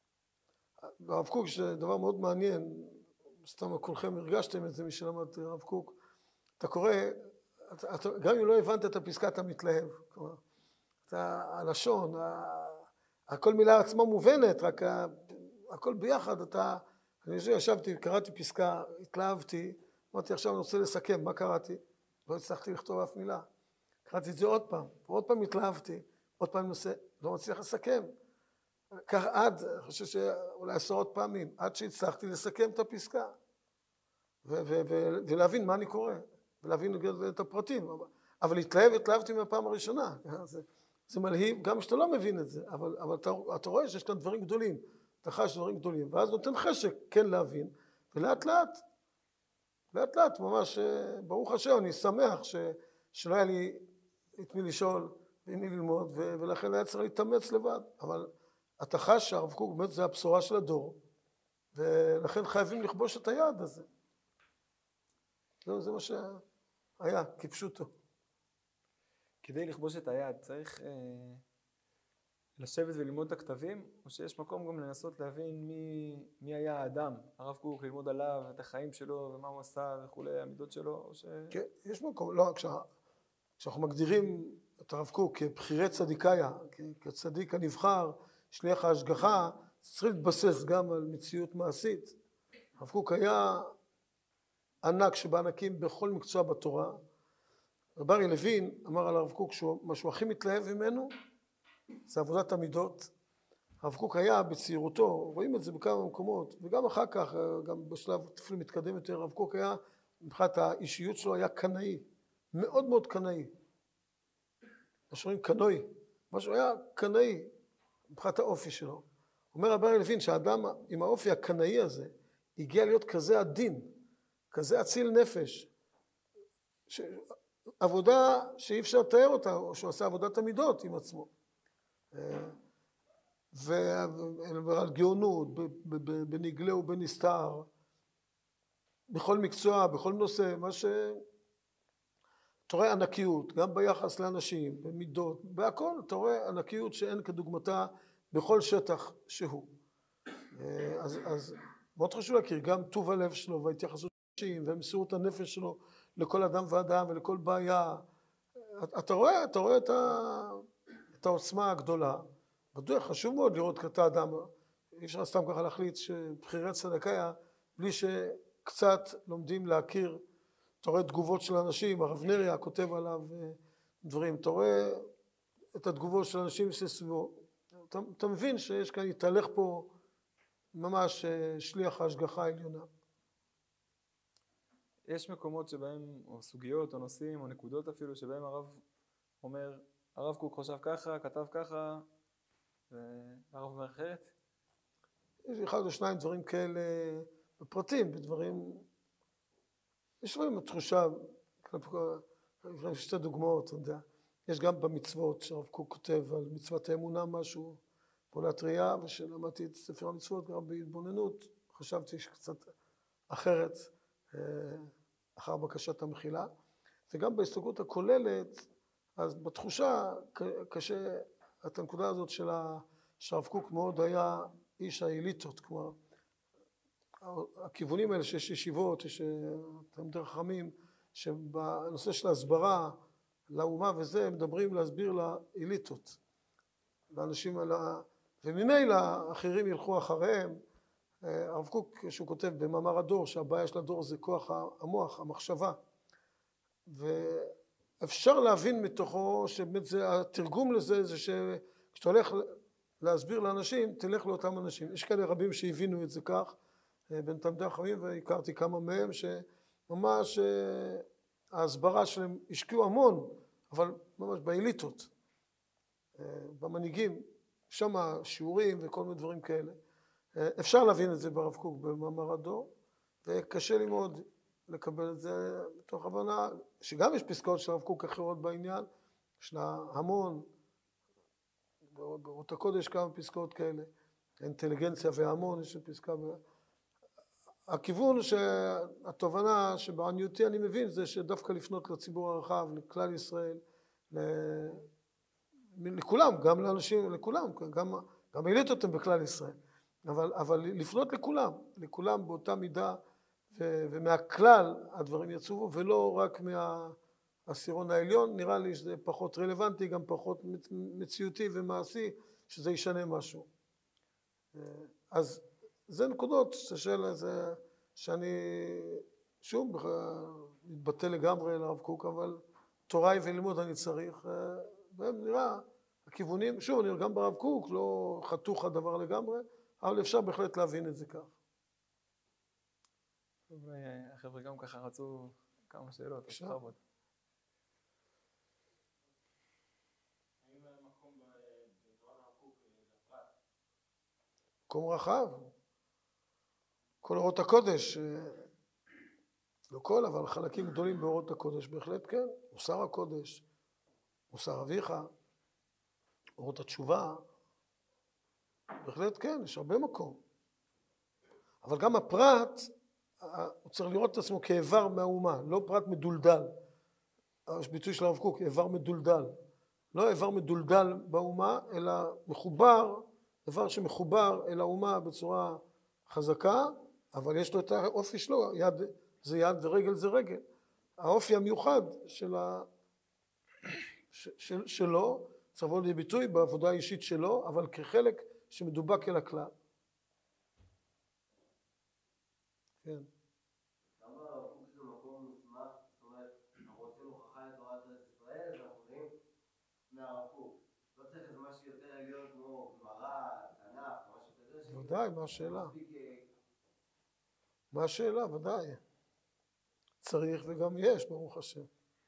הרב קוק, שזה דבר מאוד מעניין, סתם כולכם הרגשתם את זה, מי שלמד הרב קוק, אתה קורא, אתה, אתה, גם אם לא הבנת את הפסקה, אתה מתלהב. כלומר, אתה, הלשון, הכל מילה עצמה מובנת, רק הכל ביחד, אתה, אני ישבתי, קראתי פסקה, התלהבתי, אמרתי עכשיו אני רוצה לסכם, מה קראתי? לא הצלחתי לכתוב אף מילה. קראתי את זה עוד פעם, ועוד פעם התלהבתי, עוד פעם נושא, לא מצליח לסכם. כך עד, אני חושב שאולי עשרות פעמים, עד שהצלחתי לסכם את הפסקה, ו- ו- ו- ולהבין מה אני קורא, ולהבין את הפרטים. אבל להתלהב, התלהבתי מהפעם הראשונה. זה, זה מלהיב, גם שאתה לא מבין את זה, אבל, אבל אתה, אתה רואה שיש כאן דברים גדולים, אתה חש דברים גדולים, ואז נותן חשק כן להבין, ולאט לאט, לאט לאט, ממש, ברוך השם, אני שמח ש, שלא היה לי את מי לשאול, ועם מי ללמוד, ו, ולכן היה צריך להתאמץ לבד, אבל אתה חש שהרב קוק באמת זה הבשורה של הדור, ולכן חייבים לכבוש את היעד הזה. זה, זה מה שהיה, כפשוטו. כדי לכבוש את היעד צריך אה, לשבת וללמוד את הכתבים, או שיש מקום גם לנסות להבין מי, מי היה האדם, הרב קוק, ללמוד עליו, את החיים שלו ומה הוא עשה וכולי, המידות שלו, או ש... כן, יש מקום, לא, כשה, כשאנחנו מגדירים את הרב קוק כבחירי צדיקאיה, כצדיק הנבחר, שליח ההשגחה, צריך להתבסס גם על מציאות מעשית. הרב קוק היה ענק שבענקים בכל מקצוע בתורה. רב אריה לוין אמר על הרב קוק שמה שהוא הכי מתלהב ממנו זה עבודת המידות. הרב קוק היה בצעירותו, רואים את זה בכמה מקומות, וגם אחר כך, גם בשלב אפילו מתקדם יותר, הרב קוק היה, מבחינת האישיות שלו היה קנאי, מאוד מאוד קנאי. מה שאומרים קנאי, מה שהוא היה קנאי מבחינת האופי שלו. אומר רב אריה לוין שהאדם עם האופי הקנאי הזה הגיע להיות כזה עדין, כזה אציל נפש, ש... עבודה שאי אפשר לתאר אותה, או שהוא עושה עבודת המידות עם עצמו. ועל גאונות, בנגלה ובנסתר, בכל מקצוע, בכל נושא, מה ש... אתה רואה ענקיות, גם ביחס לאנשים, במידות, בהכל, אתה רואה ענקיות שאין כדוגמתה בכל שטח שהוא. אז, אז מאוד חשוב להכיר, גם טוב הלב שלו וההתייחסות לאנשים ומסירות הנפש שלו לכל אדם ואדם ולכל בעיה. אתה רואה, אתה רואה את, ה... את העוצמה הגדולה. בדרך חשוב מאוד לראות את האדם. אי אפשר סתם ככה להחליט שבחירי צדקאיה, בלי שקצת לומדים להכיר. אתה רואה תגובות של אנשים, הרב נריה כותב עליו דברים. אתה רואה את התגובות של אנשים שסביבו. אתה, אתה מבין שיש כאן, יתהלך פה ממש שליח ההשגחה העליונה. יש מקומות שבהם, או סוגיות, או נושאים, או נקודות אפילו, שבהם הרב אומר, הרב קוק חושב ככה, כתב ככה, והרב אומר אחרת? יש אחד או שניים דברים כאלה בפרטים, בדברים... יש רואים תחושה, יש שתי דוגמאות, אתה יודע. יש גם במצוות, שהרב קוק כותב על מצוות האמונה משהו, פעולת ראייה, ושלמדתי את ספר המצוות גם בהתבוננות, חשבתי שקצת אחרת, אחר בקשת המחילה. וגם בהסתכלות הכוללת, אז בתחושה קשה, את הנקודה הזאת של שהרב קוק מאוד היה איש האליטות, כלומר, הכיוונים האלה שיש ישיבות, יש תלמידי חכמים, שבנושא של ההסברה לאומה וזה, הם מדברים להסביר לאליטות, לאנשים על ה... וממילא אחרים ילכו אחריהם. הרב קוק, שהוא כותב במאמר הדור, שהבעיה של הדור זה כוח המוח, המחשבה, ואפשר להבין מתוכו שבאמת זה, התרגום לזה זה שכשאתה הולך להסביר לאנשים, תלך לאותם אנשים. יש כאלה רבים שהבינו את זה כך, בין תלמידי החכמים, והכרתי כמה מהם שממש ההסברה שלהם השקיעו המון, אבל ממש באליטות, במנהיגים, שם שיעורים וכל מיני דברים כאלה. אפשר להבין את זה ברב קוק במאמר הדור, וקשה לי מאוד לקבל את זה מתוך הבנה, שגם יש פסקאות של רב קוק אחרות בעניין, יש לה המון, באורות הקודש כמה פסקאות כאלה, אינטליגנציה והמון, יש פסקה... הכיוון שהתובנה שבעניותי אני מבין זה שדווקא לפנות לציבור הרחב, לכלל ישראל, לכולם, גם לאנשים, לכולם, גם, גם אליטות הם בכלל ישראל, אבל, אבל לפנות לכולם, לכולם באותה מידה, ו, ומהכלל הדברים יצאו, ולא רק מהעשירון העליון. נראה לי שזה פחות רלוונטי, גם פחות מציאותי ומעשי, שזה ישנה משהו. אז זה נקודות של זה שאני שוב מתבטא לגמרי לרב קוק, אבל תוראי וללמוד אני צריך, והם נראה הכיוונים, שוב אני גם ברב קוק, לא חתוך הדבר לגמרי, אבל אפשר בהחלט להבין את זה כך. החבר'ה גם ככה רצו כמה שאלות, אפשר עוד. האם המקום בתורת הרב קוק לפרט? מקום רחב. כל אורות הקודש, לא כל, אבל חלקים גדולים באורות הקודש, בהחלט כן. מוסר הקודש, מוסר אביך, אורות התשובה, בהחלט כן, יש הרבה מקום. אבל גם הפרט, הוא צריך לראות את עצמו כאיבר מהאומה, לא פרט מדולדל. יש ביטוי של הרב קוק, איבר מדולדל. לא איבר מדולדל באומה, אלא מחובר, איבר שמחובר אל האומה בצורה חזקה, אבל יש לו את האופי שלו, יד זה יד ורגל זה רגל. האופי המיוחד של ה... של... שלו, צריך לבוא לידי ביטוי בעבודה האישית שלו, אבל כחלק שמדובק אל הכלל. כן. למה הרב קוק זה מקום מוסמך? זאת אומרת, אנחנו רוצים הוכחה לתורת ארץ ישראל, אז אנחנו רואים מהרב קוק. לא צריך איזה משהו יותר עליון כמו גמרא, תנ"ך, משהו כזה. ודאי, מה השאלה? מה השאלה? ודאי. צריך וגם יש, ברוך השם.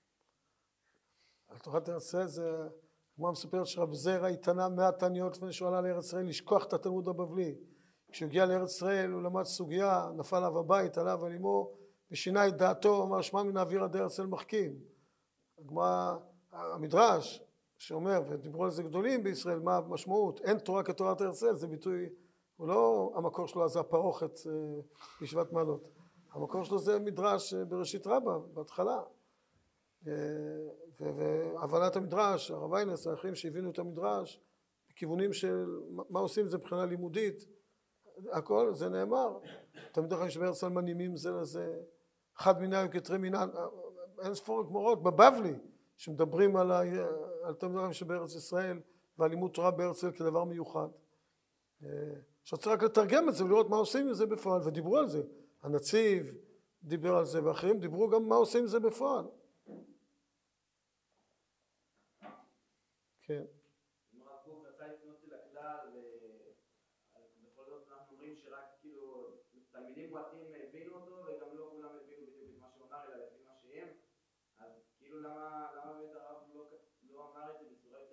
על תורת ארץ ישראל זה, כמו מספרת שרב זרע התענה מאה תעניות לפני שהוא עלה לארץ ישראל לשכוח את התלמוד הבבלי. כשהוא הגיע לארץ ישראל הוא למד סוגיה, נפל עליו הבית, עליו על אמו, ושינה את דעתו, אמר שמע מן האוויר עד ארץ ישראל מחכים. הגמרא, המדרש שאומר, ודיברו על זה גדולים בישראל, מה המשמעות? אין תורה כתורת ארץ ישראל, זה ביטוי, הוא לא המקור שלו, זה הפרוכת בישיבת מעלות. המקור שלו זה מדרש בראשית רבה, בהתחלה. והבנת המדרש, הרב איינס, האחרים שהבינו את המדרש, בכיוונים של מה עושים זה מבחינה לימודית, הכל זה נאמר. תמיד אחרי שבארץ ישראל מנימים זה לזה, חד מיניה וכתרי מינן, אין ספור גמרות בבבלי, שמדברים על, ה... על תמיד אחרי שבארץ ישראל, ועל לימוד תורה בארץ ישראל כדבר מיוחד. עכשיו צריך רק לתרגם את זה ולראות מה עושים עם זה בפועל, ודיברו על זה. הנציב דיבר על זה, ואחרים דיברו גם מה עושים עם זה בפועל. כן. אם הרב קוק רצה לפנות אל הכלל, ובכל זאת אנחנו אומרים שרק כאילו תלמידים פרטיים הבינו אותו, וגם לא כולם הבינו בדיוק את מה שאומר, אלא לפי מה שהם, אז כאילו למה באמת הרב לא אמר את זה בצורה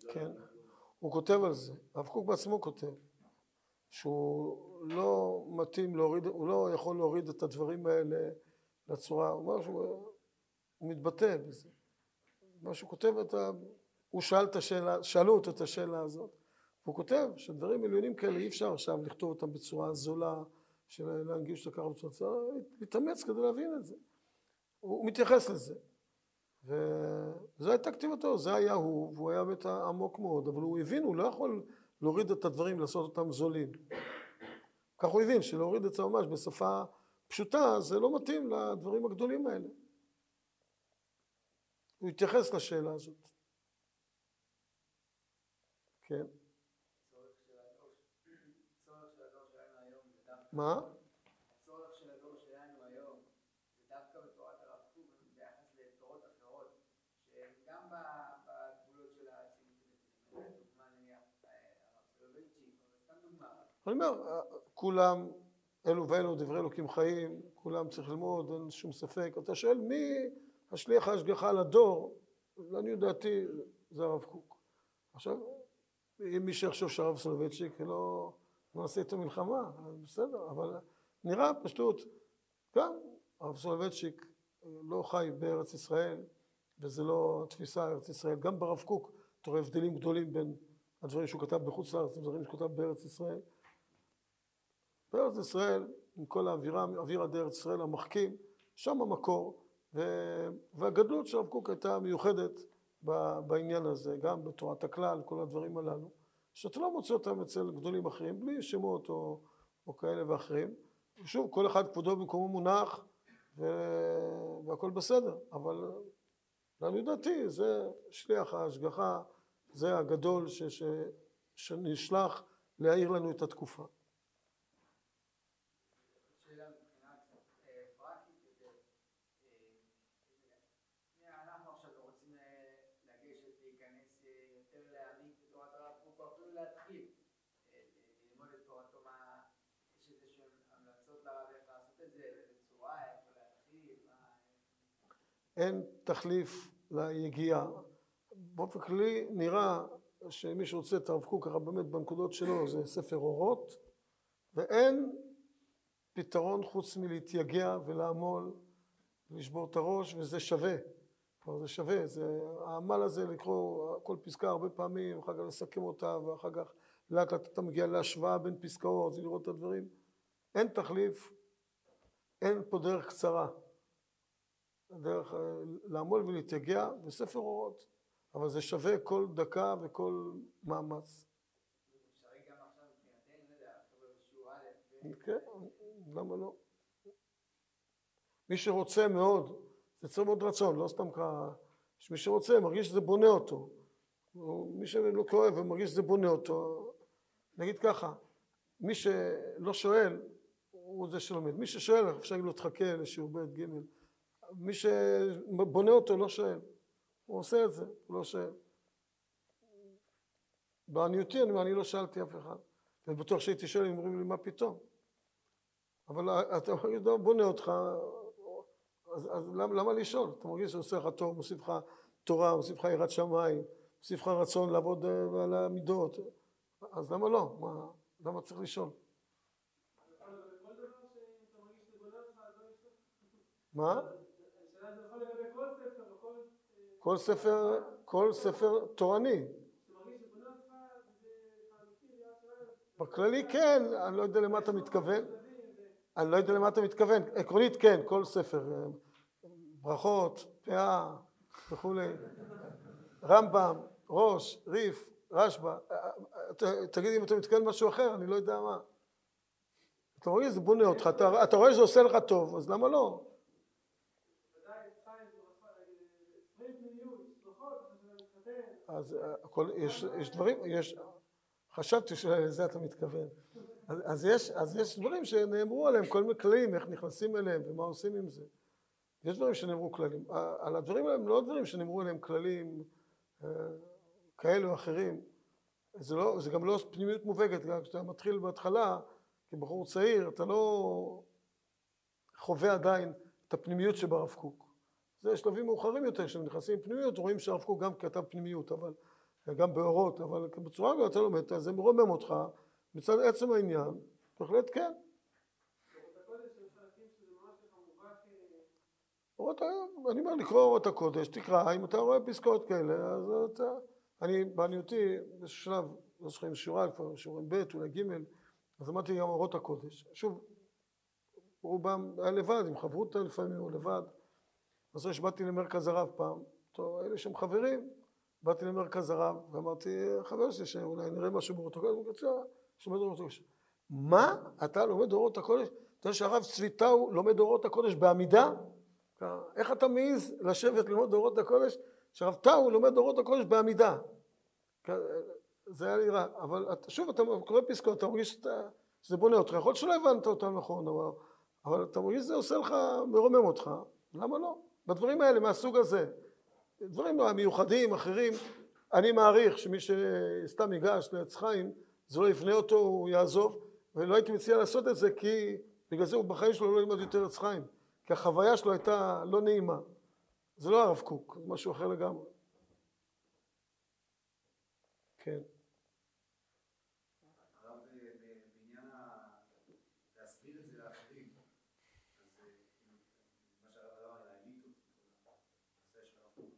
כן, הוא כותב על זה, הרב קוק בעצמו כותב, שהוא לא מתאים להוריד, הוא לא יכול להוריד את הדברים האלה לצורה, הוא אומר שהוא מתבטא בזה. מה שהוא כותב, אתה, הוא שאל את השאלה, שאלו אותו את השאלה הזאת, והוא כותב שדברים עליונים כאלה אי אפשר עכשיו לכתוב אותם בצורה זולה, של להנגיש את הקרב בצורה, צריך להתאמץ כדי להבין את זה. הוא מתייחס לזה. וזו הייתה כתיבתו, זה היה הוא, והוא היה באמת עמוק מאוד, אבל הוא הבין, הוא לא יכול להוריד את הדברים, לעשות אותם זולים. כך הוא הבין, שלהוריד את זה ממש בשפה פשוטה, זה לא מתאים לדברים הגדולים האלה. הוא התייחס לשאלה הזאת. כן. מה? הצורך של הדור שלנו היום זה דווקא בתורת הרב קוק ביחס לתורות אחרות שגם בגבולות של הציונות, דוגמה נניח הרב סולובייצ'יק, סתם דוגמה. אני אומר, כולם אלו ואלו דברי אלוקים חיים, כולם צריך ללמוד, אין שום ספק. אתה שואל מי השליח ההשגחה לדור, לעניות דעתי זה הרב קוק. עכשיו, אם מי שיחשוב שהרב סולובייצ'יק לא נעשה את המלחמה, בסדר, אבל נראה פשוט, גם הרב סולובייצ'יק לא חי בארץ ישראל, וזה לא התפיסה ארץ ישראל. גם ברב קוק אתה רואה הבדלים גדולים בין הדברים שהוא כתב בחוץ לארץ, הדברים שהוא כתב בארץ ישראל. בארץ ישראל, עם כל האווירה, אוויר עד ארץ ישראל המחכים, שם המקור, והגדלות של הרב קוק הייתה מיוחדת בעניין הזה, גם בתורת הכלל, כל הדברים הללו, שאתה לא מוצא אותם אצל גדולים אחרים, בלי שמות או, או כאלה ואחרים. שוב, כל אחד כבודו במקומו מונח, והכל בסדר, אבל לעניות דעתי, זה שליח ההשגחה, זה הגדול ש, ש, שנשלח להאיר לנו את התקופה. שאלה מבחינת פרקטית יותר, אנחנו עכשיו רוצים לגשת, להיכנס יותר להעמיק בתורת הרב קוק, או אפילו להתחיל ללמוד את תורתו, יש איזה שהן המלצות לרב איך לעשות את זה, בצורה, איך להתחיל, אין תחליף ליגיעה. באופן כללי נראה שמי שרוצה את הרב קוק ככה באמת בנקודות שלו זה ספר אורות, ואין פתרון חוץ מלהתייגע ולעמול ולשבור את הראש, וזה שווה. זה שווה, זה, העמל הזה לקרוא כל פסקה הרבה פעמים, אחר כך לסכם אותה, ואחר כך לאט לאט אתה מגיע להשוואה בין פסקאות, לראות את הדברים. אין תחליף, אין פה דרך קצרה. דרך לעמול ולהתייגע בספר אורות, אבל זה שווה כל דקה וכל מאמץ. אפשרי גם עכשיו מבחינתנו, לא יודע, עכשיו בשיעור א', כן, למה לא? מי שרוצה מאוד, זה צריך מאוד רצון, לא סתם ככה, מי שרוצה מרגיש שזה בונה אותו, מי שלא כואב ומרגיש שזה בונה אותו, נגיד ככה, מי שלא שואל הוא זה שלומד, מי ששואל אפשר להגיד לו תחכה לשיעור ב' ג', מי שבונה אותו לא שואל, הוא עושה את זה, הוא לא שואל. בעניותי אני, אני לא שאלתי אף אחד, ובטוח שהייתי שואל, הם אומרים לי מה פתאום, אבל אתה בונה אותך, אז, אז למה, למה לשאול? אתה מרגיש שהוא עושה לך טוב, מוסיף לך תורה, מוסיף לך יראת שמיים, מוסיף לך רצון לעבוד על המידות, אז למה לא? מה, למה צריך לשאול? מה? כל ספר, כל ספר תורני. בכללי כן, אני לא יודע למה אתה מתכוון. אני לא יודע למה אתה מתכוון. עקרונית כן, כל ספר. ברכות, פאה וכולי. רמב"ם, ראש, ריף, רשב"א. תגיד אם אתה מתכוון משהו אחר, אני לא יודע מה. אתה רואה שזה בונה אותך, אתה, אתה רואה שזה עושה לך טוב, אז למה לא? אז הכל, יש, יש דברים, יש, חשבתי שלזה אתה מתכוון. אז, אז, יש, אז יש דברים שנאמרו עליהם, כל מיני כללים, איך נכנסים אליהם ומה עושים עם זה. יש דברים שנאמרו כללים. על הדברים האלה הם לא דברים שנאמרו עליהם כללים כאלו או אחרים. זה, לא, זה גם לא פנימיות מובהקת, כשאתה מתחיל בהתחלה, כבחור צעיר, אתה לא חווה עדיין את הפנימיות שברב קוק. זה שלבים מאוחרים יותר, כשנכנסים פנימיות, רואים שהרב קוק גם כתב פנימיות, אבל גם באורות, אבל בצורה גם אתה לומד, זה מרומם אותך, מצד עצם העניין, בהחלט כן. אורות, אני אומר לקרוא אורות הקודש, תקרא, אם אתה רואה פסקאות כאלה, אז אתה, אני בעניותי, באיזשהו שלב, לא זוכרים שיעורי, כבר שיעורים ב' אולי ג', אז אמרתי גם אורות הקודש. שוב, רובם היה לבד, עם חברותא לפעמים הוא לבד. אז שבאתי למרכז הרב פעם, טוב, אלה שהם חברים, באתי למרכז הרב, ואמרתי, חבר שלי, שאולי נראה משהו באורות הקודש, הוא קצר, שלומד אורות הקודש. מה? אתה לומד אורות הקודש? אתה יודע שהרב צבי טאו לומד אורות הקודש בעמידה? איך אתה מעיז לשבת ללמוד אורות הקודש? שהרב טאו לומד אורות הקודש בעמידה. זה היה לי רע, אבל שוב, אתה קורא פסקאות, אתה מרגיש שזה בונה אותך, יכול להיות שלא הבנת אותם נכון, אבל, אבל אתה מרגיש שזה עושה לך, מרומם אותך, למה לא? בדברים האלה, מהסוג הזה, דברים מיוחדים, אחרים, אני מעריך שמי שסתם ייגש לעץ חיים, זה לא יפנה אותו, הוא יעזוב, ולא הייתי מציע לעשות את זה, כי בגלל זה הוא בחיים שלו לא ילמד יותר עץ חיים, כי החוויה שלו הייתה לא נעימה. זה לא הרב קוק, זה משהו אחר לגמרי. כן. הרב, בעניין להסביר את זה לאחרים, אז מה שהרב אמר על האליטות, הנושא של הרב קוק,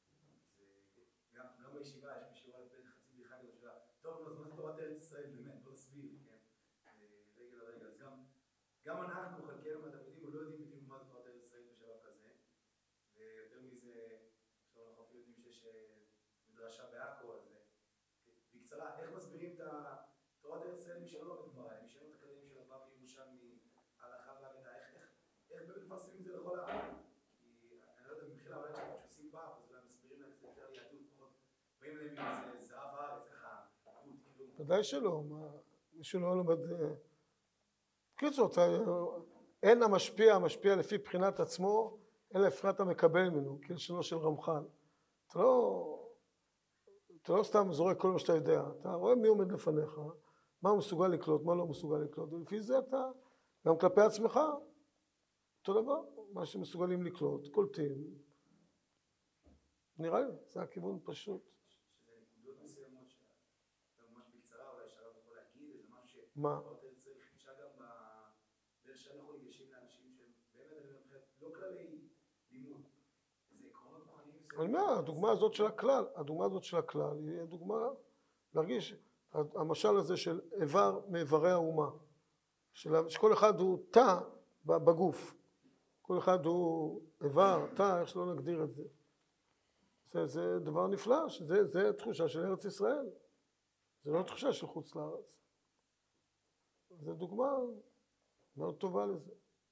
גם בישיבה יש בשיעור על חצי בדיחה כזאת שלה, טוב, אז מה זה תורת ארץ ישראל, באמת, בוא נסביר, כן? רגע לרגע, אז גם אנחנו, חלקנו מהתלמידים, לא יודעים בדיוק מה זה תורת ארץ ישראל בשלב כזה, ויותר מזה, עכשיו אנחנו אפילו יודעים שיש מדרשה בעכו, אז בקצרה, איך מסבירים את תורת ארץ ישראל מי שלא לומד גמרא, מי שאין לו את הכללים של אברהם וירושלמי, ההלכה והאגדה, איך באמת מפרסמים את זה לכל העם? כי אני לא יודע, מבחינה אולי שעושים פעם, אז אולי מסבירים להם את זה יותר ליהדות, פחות באים להם עם איזה זהב הארץ, ככה, כאילו... ודאי שלא, מי שלא לומד... קיצור, אין המשפיע, המשפיע לפי בחינת עצמו, אלא לבחינת המקבל ממנו, כלשונו של רמח"ל. אתה לא... אתה לא סתם זורק כל מה שאתה יודע, אתה רואה מי עומד לפניך, מה הוא מסוגל לקלוט, מה לא מסוגל לקלוט, ולפי זה אתה, גם כלפי עצמך, אותו דבר, מה שמסוגלים לקלוט, קולטים, נראה לי, זה הכיוון פשוט. שזה נקודות מסוימות שאתה ממש בקצרה, אולי שהרב יכול להגיד, איזה משהו מה? שצריך חידשה גם בדרך שאנחנו ניגשים לאנשים שהם באמת, לא כללי לימוד. אני אומר, הדוגמה הזאת של הכלל, הדוגמה הזאת של הכלל היא דוגמה להרגיש, המשל הזה של איבר מאיברי האומה, שכל אחד הוא תא בגוף, כל אחד הוא איבר, תא, איך שלא נגדיר את זה. זה, זה דבר נפלא, שזה, זה תחושה של ארץ ישראל, זה לא תחושה של חוץ לארץ. זו דוגמה מאוד טובה לזה.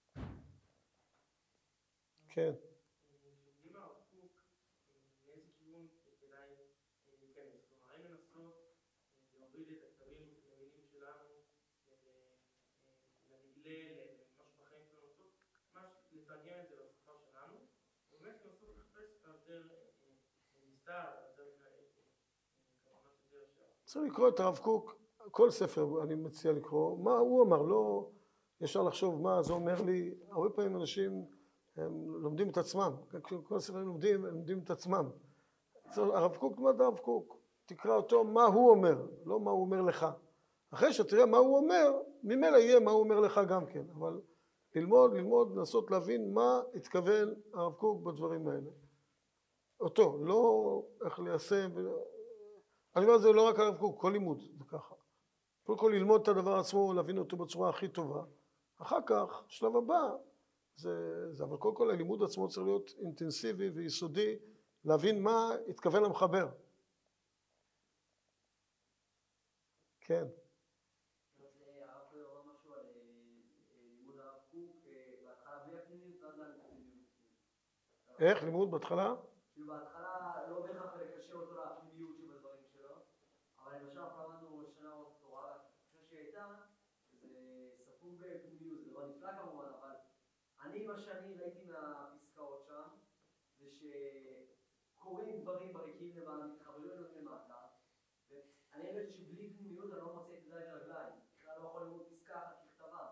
כן. לתרגם את זה לשפה שלנו, ובאמת לנסות לחפש את היותר נסתר, את היותר כוונות יותר אפשר. צריך לקרוא את הרב קוק, כל ספר אני מציע לקרוא, מה הוא אמר, לא ישר לחשוב מה זה אומר לי, הרבה פעמים אנשים הם לומדים את עצמם, כל הספרים לומדים, הם לומדים את עצמם. הרב קוק תלמד הרב קוק, תקרא אותו מה הוא אומר, לא מה הוא אומר לך. אחרי שתראה מה הוא אומר, ממילא יהיה מה הוא אומר לך גם כן, אבל ללמוד, ללמוד, לנסות להבין מה התכוון הרב קוק בדברים האלה. אותו, לא איך ליישם. אני אומר, זה לא רק הרב קוק, כל לימוד זה ככה. קודם כל ללמוד את הדבר עצמו, להבין אותו בצורה הכי טובה. אחר כך, שלב הבא, זה, זה, אבל קודם כל הלימוד עצמו צריך להיות אינטנסיבי ויסודי, להבין מה התכוון למחבר. כן. איך? לימוד בהתחלה? כאילו בהתחלה לא בהכרח לקשר אותו לפנימיות שבדברים שלו, אבל למשל אנחנו למדנו שנה עוד תורה, לפני שהיא הייתה, זה ספוג פנימיות, זה דבר נפלא כמובן, אבל אני, מה שאני ראיתי מהפסקאות שם, זה שקוראים דברים בריקים למעלה, מתחברים אליו למטה, ואני ראיתי שבלי פנימיות אני לא מוצא את ידיים רגליים, בכלל לא יכול ללמוד פסקה אחת ככתבה.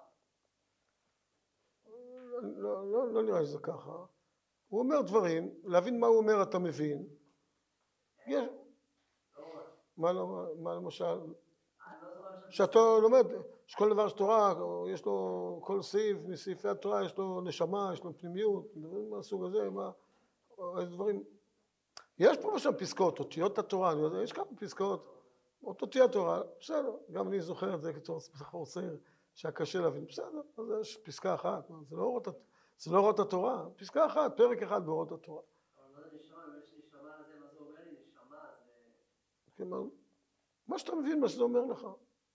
לא, לא, לא נראה שזה ככה. הוא אומר דברים, להבין מה הוא אומר אתה מבין. יש... לא, מה, מה למשל? שאתה לומד, שכל דבר של תורה, יש לו, כל סעיף מסעיפי התורה, יש לו נשמה, יש לו פנימיות, דברים מהסוג הזה, מה, איזה דברים. יש פה ושם פסקאות, אותיות התורה, אני יודע, יש כמה פסקאות, אותי התורה, בסדר, גם אני זוכר את זה כתור בחור צעיר, שהיה קשה להבין, בסדר, אז יש פסקה אחת, זה לא אורות, זה לא אורות התורה, פסקה אחת, פרק אחד באורות התורה. אבל מה זה נשמה, אם יש נשמה על זה, מה זה אומר לי? נשמה זה... כן, מה, מה שאתה מבין, מה שזה אומר לך.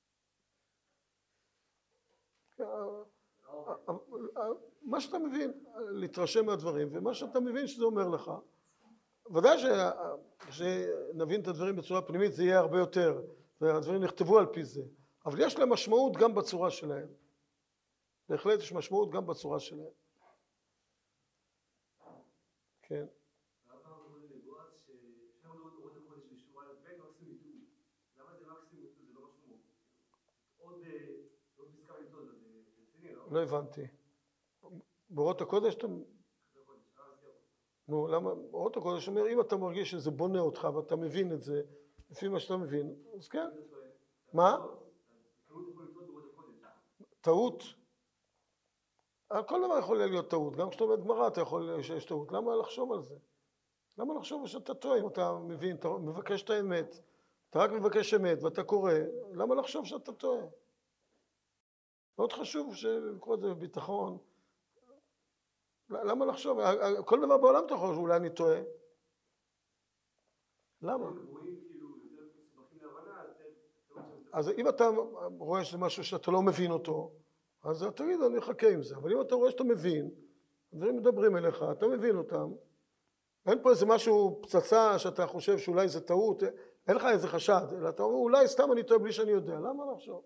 מה שאתה מבין, להתרשם מהדברים, ומה שאתה מבין שזה אומר לך, ודאי שנבין את הדברים בצורה פנימית, זה יהיה הרבה יותר, והדברים נכתבו על פי זה, אבל יש להם משמעות גם בצורה שלהם. בהחלט יש משמעות גם בצורה שלהם. כן. לא הבנתי. באורות הקודש אתה... נו, למה? באורות הקודש אומר, אם אתה מרגיש שזה בונה אותך ואתה מבין את זה, לפי מה שאתה מבין, אז כן. מה? טעות? כל דבר יכול להיות טעות. גם כשאתה עומד גמרא אתה יכול שיש טעות. למה לחשוב על זה? למה לחשוב שאתה טועה אם אתה מבין, אתה מבקש את האמת, אתה רק מבקש אמת ואתה קורא, למה לחשוב שאתה טועה? מאוד חשוב לקרוא את זה בביטחון. למה לחשוב? כל דבר בעולם אתה חושב שאולי אני טועה. למה? אז אם אתה רואה שזה משהו שאתה לא מבין אותו, אז תגיד, אני אחכה עם זה. אבל אם אתה רואה שאתה מבין, דברים מדברים אליך, אתה מבין אותם, אין פה איזה משהו פצצה שאתה חושב שאולי זה טעות, אין לך איזה חשד, אלא אתה אומר, אולי סתם אני טועה בלי שאני יודע. למה לחשוב?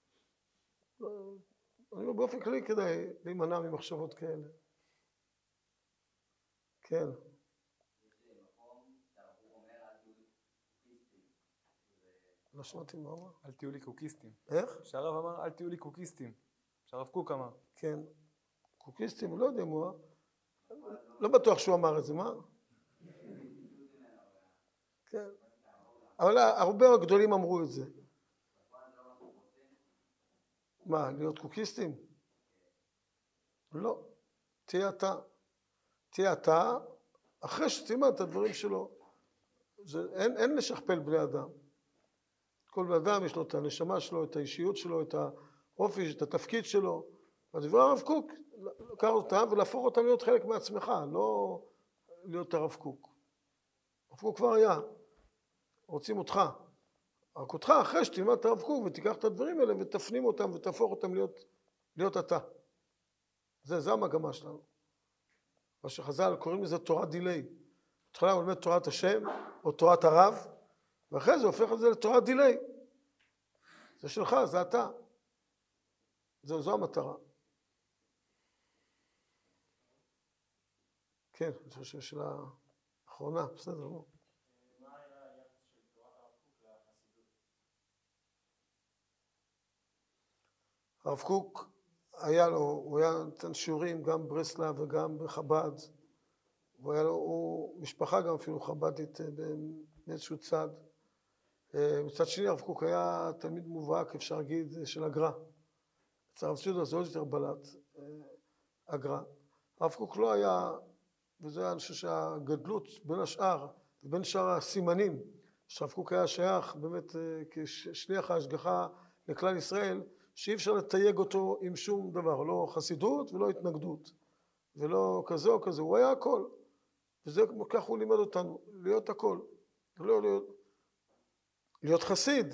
אני אומר, באופן כללי כדאי להימנע ממחשבות כאלה. כן. לא שמעתי מה אמר. אל תהיו לי קוקיסטים. איך? שהרב אמר, אל תהיו לי קוקיסטים. שהרב קוק אמר. כן. קוקיסטים, לא יודע אם הוא... לא בטוח שהוא אמר את זה, מה? כן. אבל הרבה הגדולים אמרו את זה. מה, להיות קוקיסטים? לא. תהיה אתה. תהיה אתה, אחרי שתלמד את הדברים שלו. זה, אין, אין לשכפל בני אדם. כל בני אדם יש לו את הנשמה שלו, את האישיות שלו, את האופי, את התפקיד שלו. הדבר הרב קוק, לקח אותם ולהפוך אותם להיות חלק מעצמך, לא להיות הרב קוק. הרב קוק כבר היה. רוצים אותך. רק אותך אחרי שתלמד את הרב קוק ותיקח את הדברים האלה ותפנים אותם ותהפוך אותם להיות, להיות אתה. זה, זה המגמה שלנו. מה שחז"ל קוראים לזה תורת דילי. התחלה הוא לומד תורת השם או תורת הרב, ואחרי זה הופך את זה לתורת דילי. זה שלך, זה אתה. זו, זו המטרה. כן, אני חושב שאלה האחרונה, בסדר, לא. מה היה היחס של תורת הרב קוק לחסידות? הרב קוק היה לו, הוא היה נתן שיעורים גם ברסלב וגם בחב"ד. הוא היה לו, הוא משפחה גם אפילו חב"דית באיזשהו צד. מצד שני הרב קוק היה תלמיד מובהק, אפשר להגיד, של הגר"א. אצל הרב ציודה זה עוד יותר בלט, הגר"א. הרב קוק לא היה, וזה היה, אני חושב שהגדלות בין השאר ובין שאר הסימנים, שהרב קוק היה שייך באמת כשליח ההשגחה לכלל ישראל, שאי אפשר לתייג אותו עם שום דבר, לא חסידות ולא התנגדות, ולא כזה או כזה, הוא היה הכל. וזה כך הוא לימד אותנו, להיות הכל. לא להיות, להיות חסיד,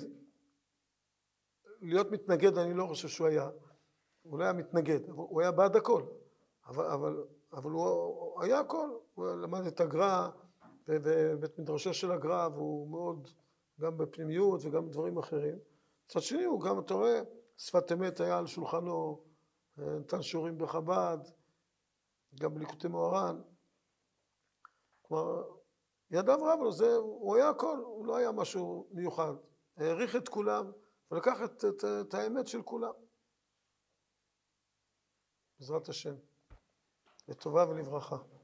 להיות מתנגד, אני לא חושב שהוא היה, הוא לא היה מתנגד, הוא היה בעד הכל, אבל, אבל, אבל הוא, הוא היה הכל, הוא למד את הגר"א, ובית מדרשו של הגר"א, והוא מאוד, גם בפנימיות וגם בדברים אחרים. מצד שני הוא גם, אתה רואה, שפת אמת היה על שולחנו, נתן שיעורים בחב"ד, גם בליקוטי מוהר"ן. כלומר, ידיו רב לו, זה, הוא היה הכל, הוא לא היה משהו מיוחד. העריך את כולם, ולקח את, את, את האמת של כולם. בעזרת השם. לטובה ולברכה.